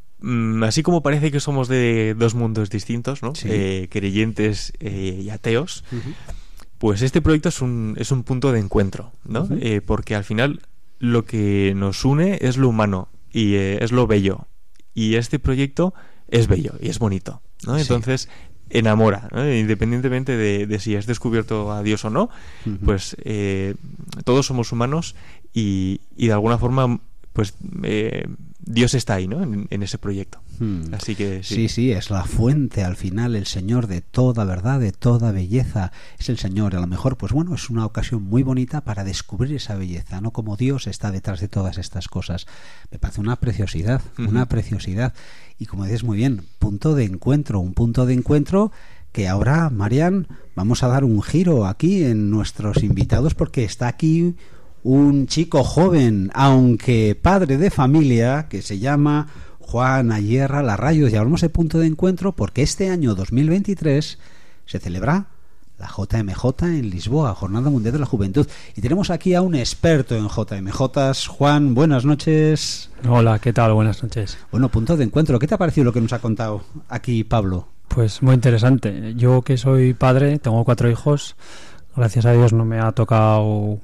así como parece que somos de dos mundos distintos, ¿no? Sí. Creyentes y ateos, pues este proyecto es un punto de encuentro, ¿no? Porque al final lo que nos une es lo humano y es lo bello. Y este proyecto es bello y es bonito, ¿no? Entonces enamora, ¿no? Independientemente de si has descubierto a Dios o no, pues todos somos humanos y de alguna forma pues Dios está ahí, ¿no? En ese proyecto. Así que sí, es la fuente al final, el Señor de toda verdad, de toda belleza. Es el Señor. A lo mejor, pues bueno, es una ocasión muy bonita para descubrir esa belleza, ¿no? Como Dios está detrás de todas estas cosas. Me parece una preciosidad, una preciosidad. Y como dices muy bien, punto de encuentro, un punto de encuentro que ahora, Marian, vamos a dar un giro aquí en nuestros invitados, porque está aquí un chico joven, aunque padre de familia, que se llama Juan Ayerra, Larrayo, y hablamos de punto de encuentro porque este año 2023 se celebra la JMJ en Lisboa, Jornada Mundial de la Juventud. Y tenemos aquí a un experto en JMJs. Juan, buenas noches. Hola, ¿qué tal? Buenas noches. Bueno, punto de encuentro. ¿Qué te ha parecido lo que nos ha contado aquí Pablo? Pues muy interesante. Yo que soy padre, tengo 4 hijos. Gracias a Dios no me ha tocado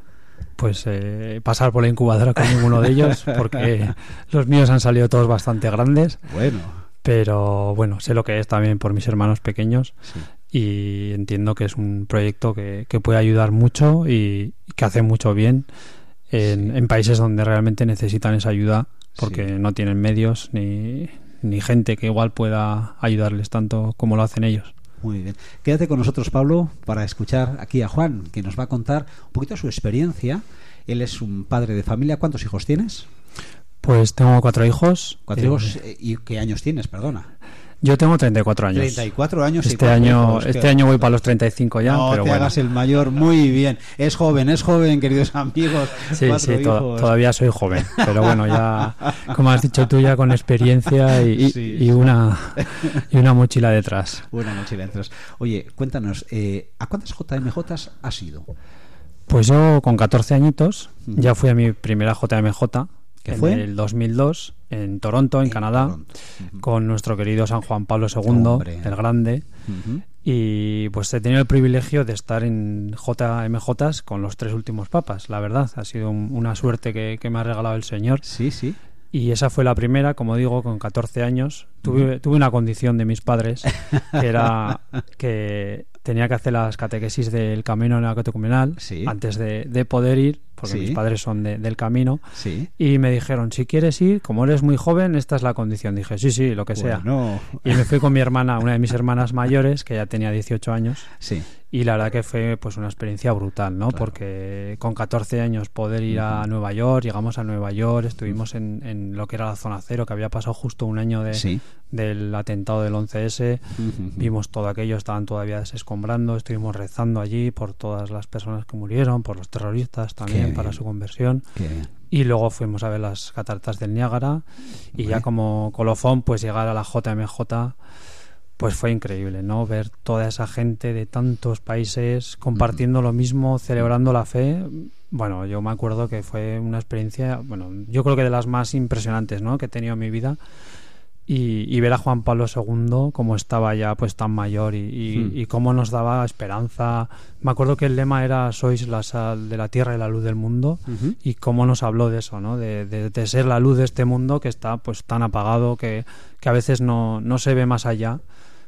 pasar por la incubadora con ninguno de ellos, porque los míos han salido todos bastante grandes. Bueno. Pero bueno, sé lo que es también por mis hermanos pequeños. Sí. Y entiendo que es un proyecto que puede ayudar mucho y que hace mucho bien en países donde realmente necesitan esa ayuda, porque no tienen medios ni gente que igual pueda ayudarles tanto como lo hacen ellos. Muy bien. Quédate con nosotros, Pablo, para escuchar aquí a Juan, que nos va a contar un poquito su experiencia. Él es un padre de familia. ¿Cuántos hijos tienes? Pues tengo 4 hijos. ¿4 hijos? ¿Y qué años tienes? Perdona. Yo tengo 34 años. 34 años. Este año voy para los 35 ya. No pero te hagas el mayor. Muy bien. Es joven, queridos amigos. Sí, todavía soy joven. Pero bueno, ya, como has dicho tú, ya con experiencia y una mochila detrás. Una mochila detrás. Oye, cuéntanos, ¿a cuántas JMJs has ido? Pues yo con 14 añitos ya fui a mi primera JMJ. ¿Fue? En el 2002 en Toronto, en Canadá, con nuestro querido San Juan Pablo II, el Grande. Y pues he tenido el privilegio de estar en JMJs con los 3 últimos papas. La verdad, ha sido una suerte que me ha regalado el Señor. Sí, sí. Y esa fue la primera, como digo, con 14 años. Tuve una condición de mis padres, que era que tenía que hacer las catequesis del camino neocatecumenal antes de poder ir, porque mis padres son del camino. Y me dijeron, si quieres ir, como eres muy joven, esta es la condición. Dije, sí, lo que sea. Y me fui con mi hermana, una de mis hermanas mayores, que ya tenía 18 años. Y la verdad que fue pues una experiencia brutal, ¿no? Claro. Porque con 14 años poder ir a Nueva York, llegamos a Nueva York, estuvimos en lo que era la zona cero, que había pasado justo un año del atentado del 11S. Vimos todo aquello, estaban todavía desescombrando, estuvimos rezando allí por todas las personas que murieron, por los terroristas también, para su conversión. Y luego fuimos a ver las cataratas del Niágara y ya como colofón, pues llegar a la JMJ. Pues fue increíble, ¿no? Ver toda esa gente de tantos países compartiendo lo mismo, celebrando la fe. Bueno, yo me acuerdo que fue una experiencia, bueno, yo creo que de las más impresionantes, ¿no?, que he tenido en mi vida. Y ver a Juan Pablo II como estaba ya pues tan mayor y cómo nos daba esperanza. Me acuerdo que el lema era sois la sal de la tierra y la luz del mundo, y cómo nos habló de eso, ¿no? De ser la luz de este mundo que está pues tan apagado que a veces no se ve más allá.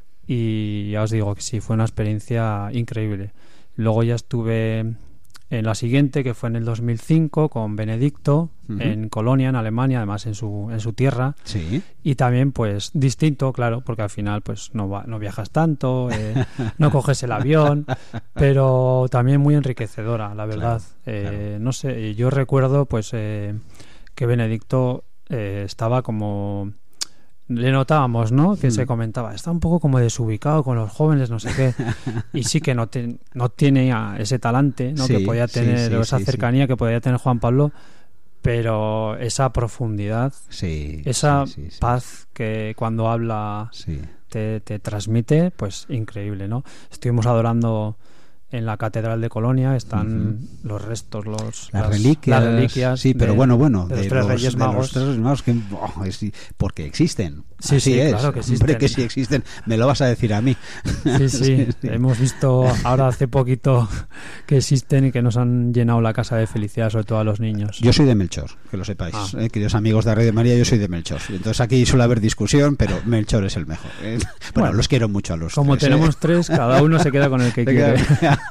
Y ya os digo que sí, fue una experiencia increíble. Luego ya estuve en la siguiente, que fue en el 2005, con Benedicto, en Colonia, en Alemania, además en su tierra. Y también, pues, distinto, claro, porque al final, pues, no viajas tanto, no coges el avión, pero también muy enriquecedora, la verdad. Claro. No sé, yo recuerdo, pues, que Benedicto estaba como... Le notábamos, ¿no?, que se comentaba, está un poco como desubicado con los jóvenes, no sé qué, y sí que no tiene ese talante, ¿no?, que podía tener, o esa cercanía que podía tener Juan Pablo, pero esa profundidad, esa paz que cuando habla te transmite, pues increíble, ¿no? Estuvimos adorando en la catedral de Colonia, están los restos, las reliquias. Sí, pero bueno, de los tres Reyes Magos. De los 3 Reyes Magos, porque existen. Sí, claro que existen. Hombre, que sí existen. Me lo vas a decir a mí. Sí. Hemos visto ahora hace poquito que existen y que nos han llenado la casa de felicidad, sobre todo a los niños. Yo soy de Melchor, que lo sepáis. Queridos amigos de Radio María, yo soy de Melchor. Entonces aquí suele haber discusión, pero Melchor es el mejor. Bueno, los quiero mucho a los como 3. Como tenemos 3, cada uno se queda con el que quiere.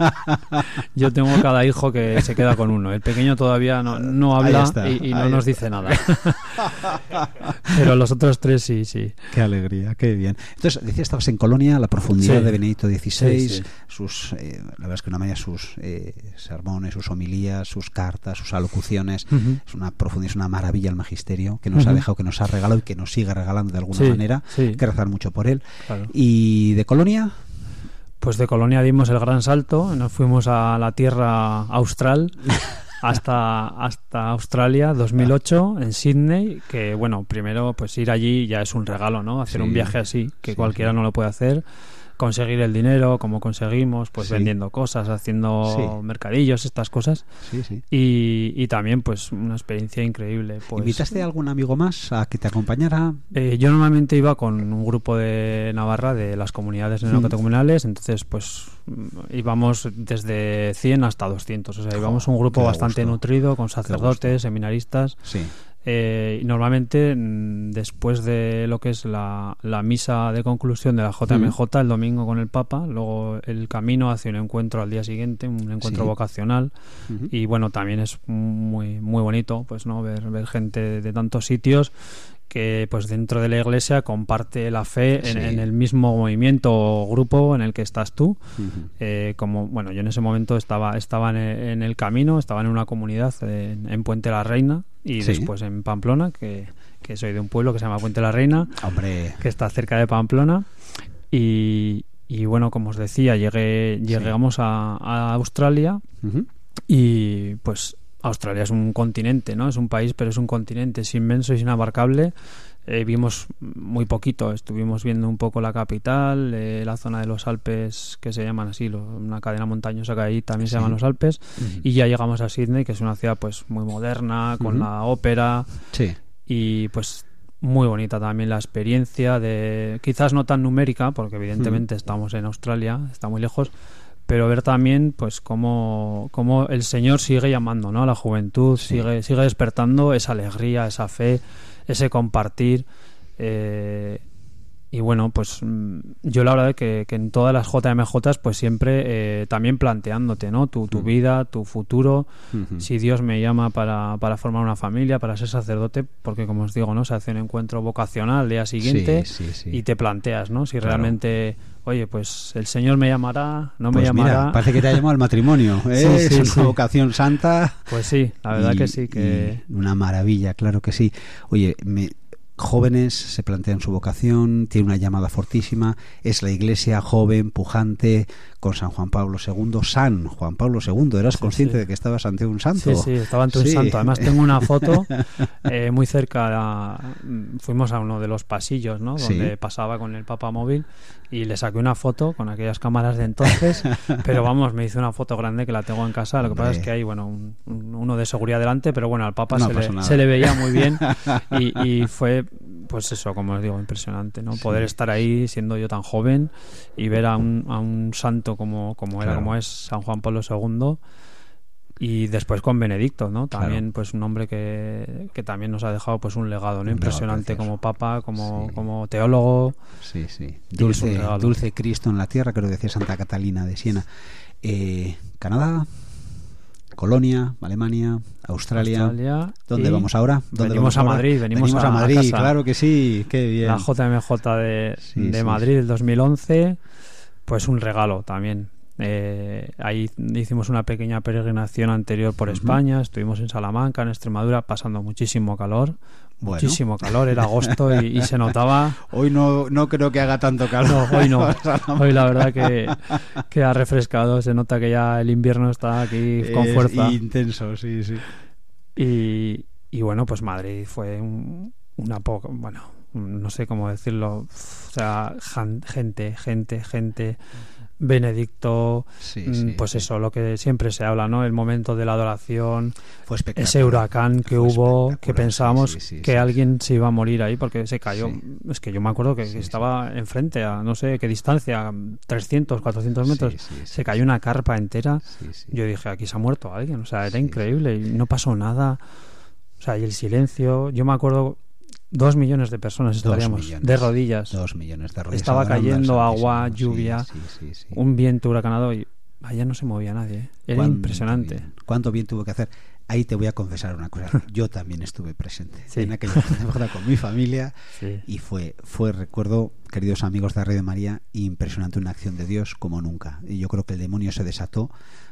Yo tengo cada hijo que se queda con uno. El pequeño todavía no habla y no nos dice nada. Pero los otros 3 sí. Qué alegría, qué bien. Entonces, decías, estabas en Colonia, la profundidad de Benedicto XVI, sus, la verdad es que una manera, sus sermones, sus homilías, sus cartas, sus alocuciones, es una profundidad, es una maravilla el magisterio que nos ha dejado, que nos ha regalado y que nos sigue regalando de alguna manera. Hay que rezar mucho por él. Claro. ¿Y de Colonia? Pues de Colonia dimos el gran salto, nos fuimos a la tierra austral hasta Australia 2008 en Sydney, que bueno, primero pues ir allí ya es un regalo, ¿no? Hacer un viaje así, que cualquiera no lo puede hacer. Conseguir el dinero, como conseguimos, pues vendiendo cosas, haciendo mercadillos, estas cosas. Y también pues una experiencia increíble. Pues, ¿invitaste a algún amigo más a que te acompañara? Yo normalmente iba con un grupo de Navarra de las comunidades neocatecumenales, entonces pues íbamos desde 100 hasta 200, o sea, íbamos un grupo bastante nutrido, con sacerdotes, seminaristas. Y normalmente después de lo que es la misa de conclusión de la JMJ el domingo con el Papa, luego el camino hacia un encuentro al día siguiente, un encuentro vocacional, y bueno, también es muy muy bonito pues no ver gente de tantos sitios que pues dentro de la iglesia comparte la fe en el mismo movimiento o grupo en el que estás tú. Como bueno, yo en ese momento estaba en el camino, estaba en una comunidad en Puente la Reina y después en Pamplona, que soy de un pueblo que se llama Puente la Reina, que está cerca de Pamplona, y bueno, como os decía, llegamos a Australia, y pues Australia es un continente, ¿no? Es un país, pero es un continente, es inmenso, es inabarcable. Vimos muy poquito, estuvimos viendo un poco la capital, la zona de los Alpes, que se llaman así, una cadena montañosa que ahí también se llaman los Alpes, y ya llegamos a Sydney, que es una ciudad pues muy moderna, con la ópera, y pues muy bonita también la experiencia, quizás no tan numérica, porque evidentemente estamos en Australia, está muy lejos, pero ver también pues cómo el Señor sigue llamando, ¿no? A la juventud, sigue despertando esa alegría, esa fe, ese compartir, y bueno, pues yo la verdad que en todas las JMJs pues siempre también planteándote, ¿no? Tu vida, tu futuro, si Dios me llama para formar una familia, para ser sacerdote, porque como os digo, ¿no? Se hace un encuentro vocacional al día siguiente y te planteas, ¿no? Si realmente, oye, pues el Señor me llamará, no me llamará. Mira, parece que te ha llamado al matrimonio, ¿eh? Es una vocación santa. Pues sí, la verdad que sí. Que una maravilla, claro que sí. Oye, jóvenes se plantean su vocación, tiene una llamada fortísima, es la iglesia joven, pujante, con San Juan Pablo II. San Juan Pablo II, ¿eras consciente de que estabas ante un santo? Sí, estaba ante un santo. Además tengo una foto muy cerca, fuimos a uno de los pasillos, ¿no? Donde pasaba con el Papa móvil, y le saqué una foto con aquellas cámaras de entonces, pero vamos, me hice una foto grande que la tengo en casa. Lo que pasa es que hay, bueno, uno de seguridad delante, pero bueno, al Papa se le veía muy bien, y fue, pues eso, como os digo, impresionante, ¿no? Poder estar ahí siendo yo tan joven y ver a un santo como es San Juan Pablo II, y después con Benedicto, ¿no? También pues un hombre que también nos ha dejado pues un legado, ¿no? Impresionante como papa, como teólogo. Dulce Cristo en la tierra, que lo decía Santa Catalina de Siena. Canadá, Colonia, Alemania, Australia. ¿Dónde vamos ahora? Venimos a Madrid, venimos a Madrid, claro que sí, qué bien. La JMJ de Madrid del 2011, pues un regalo también. Ahí hicimos una pequeña peregrinación anterior por España, estuvimos en Salamanca, en Extremadura, pasando muchísimo calor. Muchísimo calor, era agosto y se notaba. Hoy no creo que haga tanto calor. No, hoy no. Hoy la verdad que ha refrescado, se nota que ya el invierno está aquí con fuerza. Intenso, sí. Y bueno, pues Madrid fue una poca, bueno, no sé cómo decirlo, o sea, gente, Benedicto, pues eso, lo que siempre se habla, ¿no? El momento de la adoración, ese huracán que hubo, que pensábamos que alguien se iba a morir ahí porque se cayó. Es que yo me acuerdo que estaba enfrente a no sé qué distancia, 300, 400 metros, se cayó una carpa entera. Yo dije, aquí se ha muerto alguien, o sea, era increíble y no pasó nada. O sea, y el silencio, yo me acuerdo, 2 millones de personas estaríamos de rodillas. 2 millones de rodillas. Estaba cayendo agua, lluvia, un viento huracanado y allá no se movía nadie. Era impresionante. ¿Cuánto bien tuvo que hacer? Ahí te voy a confesar una cosa. Yo también estuve presente en aquella temporada con mi familia y fue, recuerdo, queridos amigos de Radio María, impresionante, una acción de Dios como nunca. Y yo creo que el demonio se desató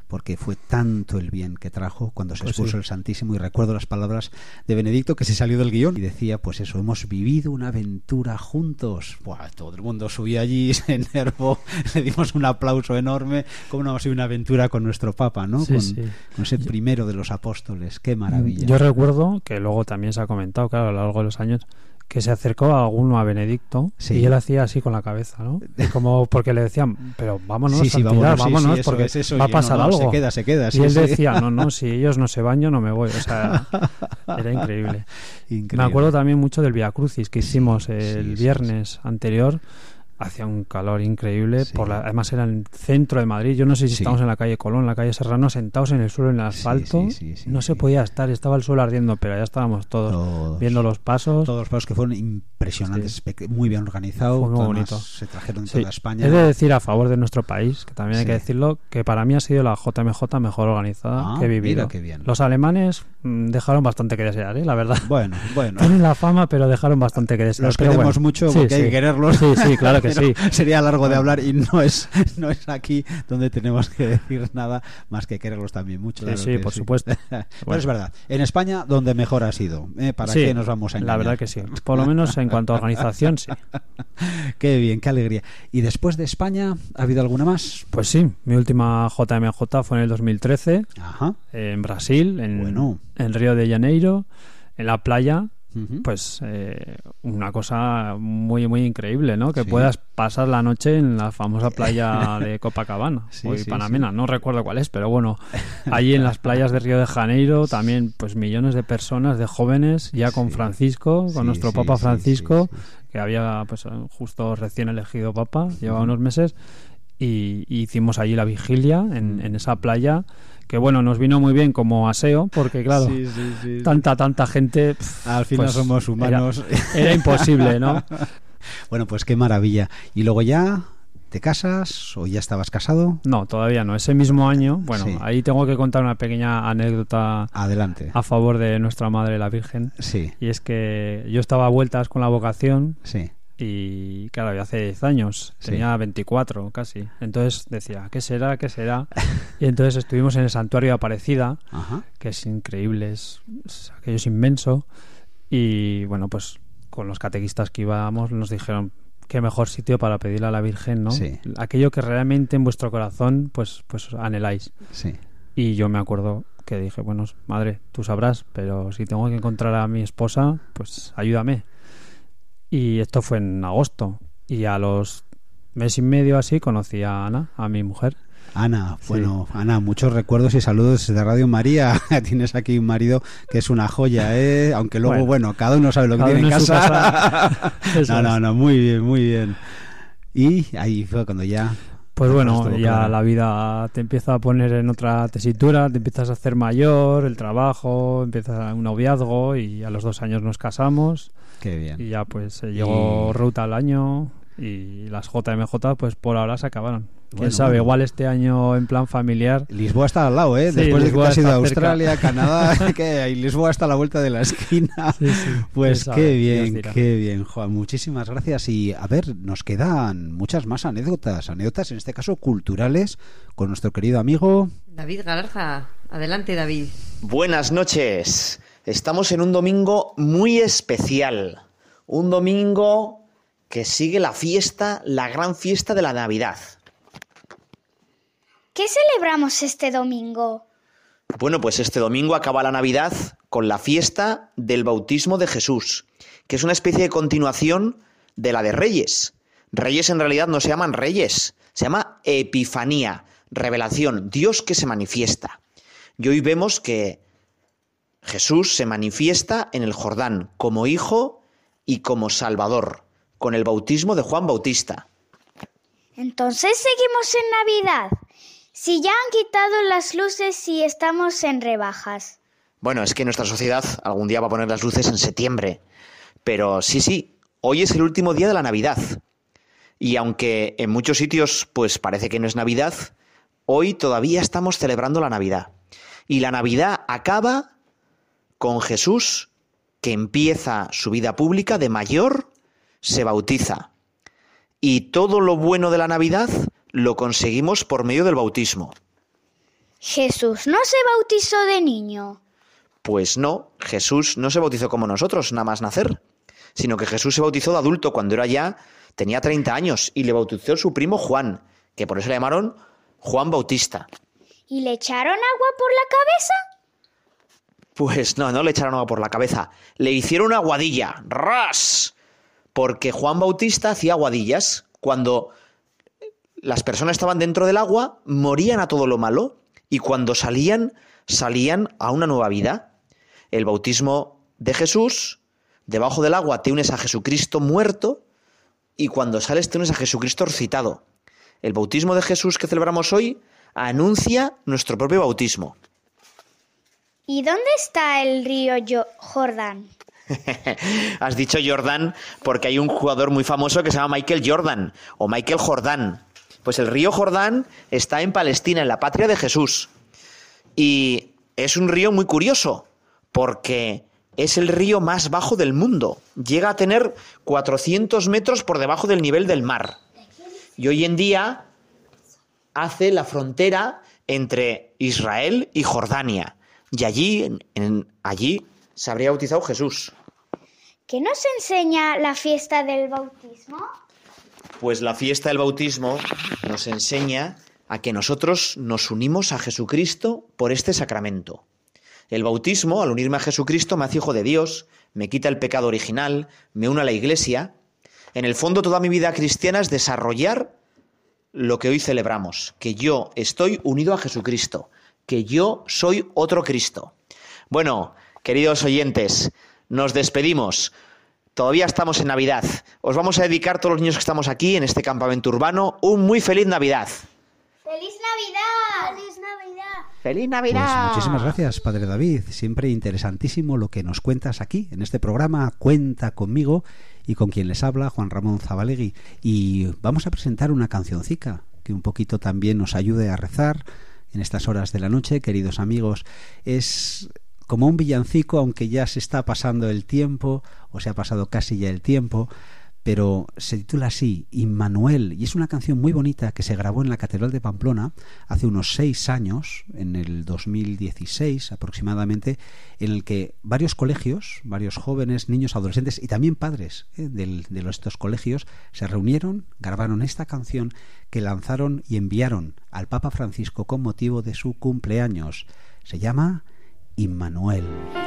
porque fue tanto el bien que trajo cuando se Pues expuso sí. el Santísimo. Y recuerdo las palabras de Benedicto, que se salió del guión y decía, pues eso, hemos vivido una aventura juntos. Buah, todo el mundo subió allí, se enervó, le dimos un aplauso enorme. ¿Cómo no ha sido una aventura con nuestro Papa, ¿no? Sí, con, sí. con ese primero de los apóstoles. Qué maravilla. Yo recuerdo que luego también se ha comentado, claro, a lo largo de los años, que se acercó a alguno a Benedicto y él hacía así con la cabeza, ¿no? Y como porque le decían, pero vámonos, Sí, vámonos, vámonos, porque es eso, va a y pasar algo. Se queda. Y Sí, él sí. decía, no, si ellos no se van, yo no me voy. O sea, era increíble. Me acuerdo también mucho del Via Crucis que hicimos el viernes anterior. Hacía un calor increíble, además era en el centro de Madrid. Yo no sé si estábamos en la calle Colón, en la calle Serrano, sentados en el suelo, en el asfalto. No se podía estar, estaba el suelo ardiendo, pero ya estábamos todos viendo los pasos. Todos los pasos que fueron impresionantes, muy bien organizados. Fue muy Además, bonito. se trajeron de Sí. toda España. He de decir a favor de nuestro país, que también hay que decirlo, que para mí ha sido la JMJ mejor organizada que he vivido. Mira qué bien. Los alemanes dejaron bastante que desear, la verdad. Bueno. Tienen la fama, pero dejaron bastante que desear. Los Pero queremos bueno. mucho Sí, porque hay sí. que quererlos. Sí, claro que Pero sí. Sería largo de hablar y no es aquí donde tenemos que decir nada más que quererlos también mucho. Sí, sí, por supuesto. Bueno, es verdad. En España, donde mejor ha sido. ¿Para Sí, qué nos vamos a engañar? la verdad que sí. Por lo menos en cuanto a organización, sí. Qué bien, qué alegría. ¿Y después de España ha habido alguna más? Pues sí, mi última JMJ fue en el 2013, Ajá. en Brasil, en Río de Janeiro, en la playa. Pues una cosa muy muy increíble, ¿no? Que Sí. puedas pasar la noche en la famosa playa de Copacabana o Panamena, no recuerdo cuál es, pero bueno, allí en las playas de Río de Janeiro también pues millones de personas, de jóvenes, ya con Francisco, con nuestro Papa Francisco, que había pues justo recién elegido Papa, llevaba unos meses, y hicimos allí la vigilia en esa playa, que bueno, nos vino muy bien como aseo, porque claro, tanta gente, al final pues, somos humanos, era imposible, ¿no? Bueno, pues qué maravilla. ¿Y luego ya te casas o ya estabas casado? No, todavía no. Ese mismo año, bueno, Sí. ahí tengo que contar una pequeña anécdota. Adelante. A favor de nuestra Madre la Virgen. Sí. Y es que yo estaba a vueltas con la vocación. Sí. Y claro, ya hace 10 años, Sí. tenía 24 casi. Entonces decía, ¿qué será? Y entonces estuvimos en el Santuario de Aparecida, Ajá. que es increíble, aquello es inmenso. Y bueno, pues con los catequistas que íbamos nos dijeron, qué mejor sitio para pedirle a la Virgen, ¿no? Sí. Aquello que realmente en vuestro corazón pues anheláis. Sí. Y yo me acuerdo que dije, bueno, Madre, tú sabrás, pero si tengo que encontrar a mi esposa, pues ayúdame. Y esto fue en agosto. Y a los mes y medio así conocí a Ana, a mi mujer. Ana, bueno, Ana, muchos recuerdos y saludos desde Radio María. Tienes aquí un marido que es una joya, ¿eh? Aunque luego, bueno, cada uno sabe lo que tiene en casa. No, muy bien, muy bien. Y ahí fue cuando ya... Pues bueno, ya la vida te empieza a poner en otra tesitura, te empiezas a hacer mayor, el trabajo, empieza un noviazgo y a los 2 años nos casamos. Qué bien. Y ya pues llegó Ruta al año y las JMJ pues por ahora se acabaron. Quién sabe, igual este año en plan familiar. Lisboa está al lado, ¿eh? Sí, Después de que te has ido a cerca. Australia, Canadá, que hay Lisboa está a la vuelta de la esquina. Pues Quién qué sabe, bien, Dios dirá. qué bien, Juan. Muchísimas gracias. Y a ver, nos quedan muchas más anécdotas en este caso culturales, con nuestro querido amigo David Galarza. Adelante, David. Buenas noches. Estamos en un domingo muy especial. Un domingo que sigue la fiesta, la gran fiesta de la Navidad. ¿Qué celebramos este domingo? Bueno, pues este domingo acaba la Navidad con la fiesta del bautismo de Jesús, que es una especie de continuación de la de Reyes. Reyes en realidad no se llaman Reyes, se llama Epifanía, revelación, Dios que se manifiesta. Y hoy vemos que Jesús se manifiesta en el Jordán como Hijo y como Salvador, con el bautismo de Juan Bautista. Entonces seguimos en Navidad. Si ya han quitado las luces y estamos en rebajas. Bueno, es que nuestra sociedad algún día va a poner las luces en septiembre. Pero sí, hoy es el último día de la Navidad. Y aunque en muchos sitios pues parece que no es Navidad, hoy todavía estamos celebrando la Navidad. Y la Navidad acaba con Jesús, que empieza su vida pública de mayor, se bautiza. Y todo lo bueno de la Navidad lo conseguimos por medio del bautismo. ¿Jesús no se bautizó de niño? Pues no, Jesús no se bautizó como nosotros, nada más nacer, sino que Jesús se bautizó de adulto cuando tenía 30 años y le bautizó su primo Juan, que por eso le llamaron Juan Bautista. ¿Y le echaron agua por la cabeza? Pues no le echaron agua por la cabeza, le hicieron una aguadilla, ¡ras! Porque Juan Bautista hacía aguadillas. Cuando las personas estaban dentro del agua, morían a todo lo malo, y cuando salían a una nueva vida. El bautismo de Jesús, debajo del agua te unes a Jesucristo muerto, y cuando sales te unes a Jesucristo resucitado. El bautismo de Jesús que celebramos hoy anuncia nuestro propio bautismo. ¿Y dónde está el río Jordán? Has dicho Jordán porque hay un jugador muy famoso que se llama Michael Jordan o Michael Jordán. Pues el río Jordán está en Palestina, en la patria de Jesús. Y es un río muy curioso porque es el río más bajo del mundo. Llega a tener 400 metros por debajo del nivel del mar. Y hoy en día hace la frontera entre Israel y Jordania. Y allí se habría bautizado Jesús. ¿Qué nos enseña la fiesta del bautismo? Pues la fiesta del bautismo nos enseña a que nosotros nos unimos a Jesucristo por este sacramento. El bautismo, al unirme a Jesucristo, me hace hijo de Dios, me quita el pecado original, me une a la Iglesia. En el fondo, toda mi vida cristiana es desarrollar lo que hoy celebramos, que yo estoy unido a Jesucristo, que yo soy otro Cristo. Bueno, queridos oyentes, nos despedimos. Todavía estamos en Navidad. Os vamos a dedicar, todos los niños que estamos aquí en este campamento urbano, un muy feliz Navidad. ¡Feliz Navidad! ¡Feliz Navidad! ¡Feliz Navidad! Pues muchísimas gracias, Padre David. Siempre interesantísimo lo que nos cuentas aquí, en este programa Cuenta conmigo, y con quien les habla, Juan Ramón Zabalegui. Y vamos a presentar una cancioncica que un poquito también nos ayude a rezar en estas horas de la noche, queridos amigos. Es como un villancico, aunque ya se está pasando el tiempo, o se ha pasado casi ya el tiempo, pero se titula así, Immanuel, y es una canción muy bonita que se grabó en la Catedral de Pamplona hace unos 6 años, en el 2016 aproximadamente, en el que varios colegios, varios jóvenes, niños, adolescentes y también padres de estos colegios se reunieron, grabaron esta canción que lanzaron y enviaron al Papa Francisco con motivo de su cumpleaños. Se llama Immanuel.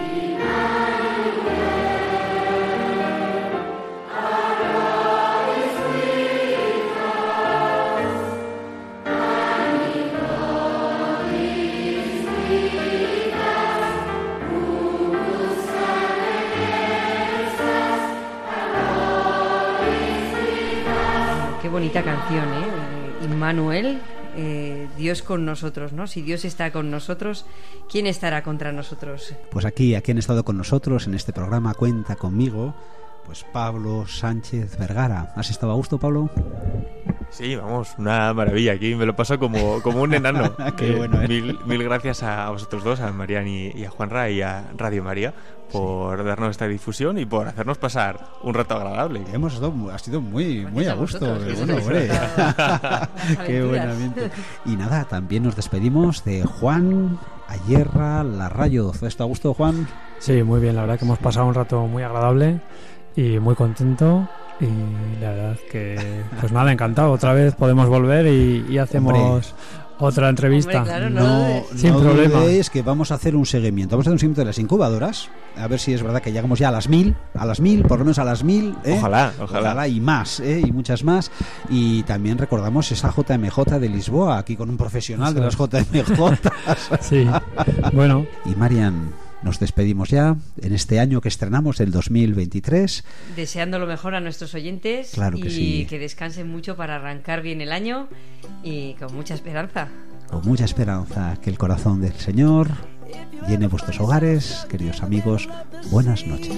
Qué bonita canción, ¿eh? Immanuel, Dios con nosotros, ¿no? Si Dios está con nosotros, ¿quién estará contra nosotros? Pues aquí han estado con nosotros en este programa Cuenta conmigo, pues Pablo Sánchez Vergara. ¿Has estado a gusto, Pablo? Sí, vamos, una maravilla. Aquí me lo paso como un enano. Qué bueno, ¿eh? Mil gracias a vosotros dos, a Marian y a Juanra y a Radio María, por darnos esta difusión y por hacernos pasar un rato agradable. Ha sido muy a gusto. Bueno, hombre. Qué buen ambiente. Y nada, también nos despedimos de Juan Ayerra Larrayo. ¿Está a gusto, Juan? Sí, muy bien. La verdad que hemos pasado un rato muy agradable y muy contento. Y la verdad que, pues nada, encantado. Otra vez podemos volver y hacemos otra entrevista. Hombre, claro, sin problema. No dudéis que vamos a hacer un seguimiento. Vamos a hacer un seguimiento de las incubadoras. A ver si es verdad que llegamos ya a las 1000, por lo menos a las 1000. Ojalá y más, y muchas más. Y también recordamos esa JMJ de Lisboa, aquí con un profesional de las JMJ. Sí, bueno. Y Marian, nos despedimos ya en este año que estrenamos, el 2023. Deseando lo mejor a nuestros oyentes. Claro que sí. Que descansen mucho para arrancar bien el año y con mucha esperanza. Con mucha esperanza, que el corazón del Señor llene vuestros hogares, queridos amigos. Buenas noches.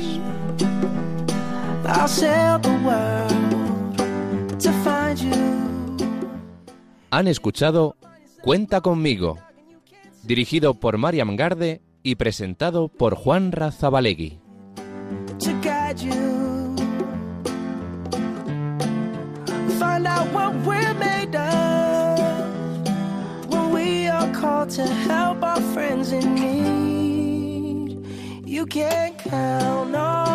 Han escuchado Cuenta conmigo, dirigido por Mariam Garde y presentado por Juanra Zabalegui. To guide you, find out what we're made of when we are call to help our friends in need. You can count on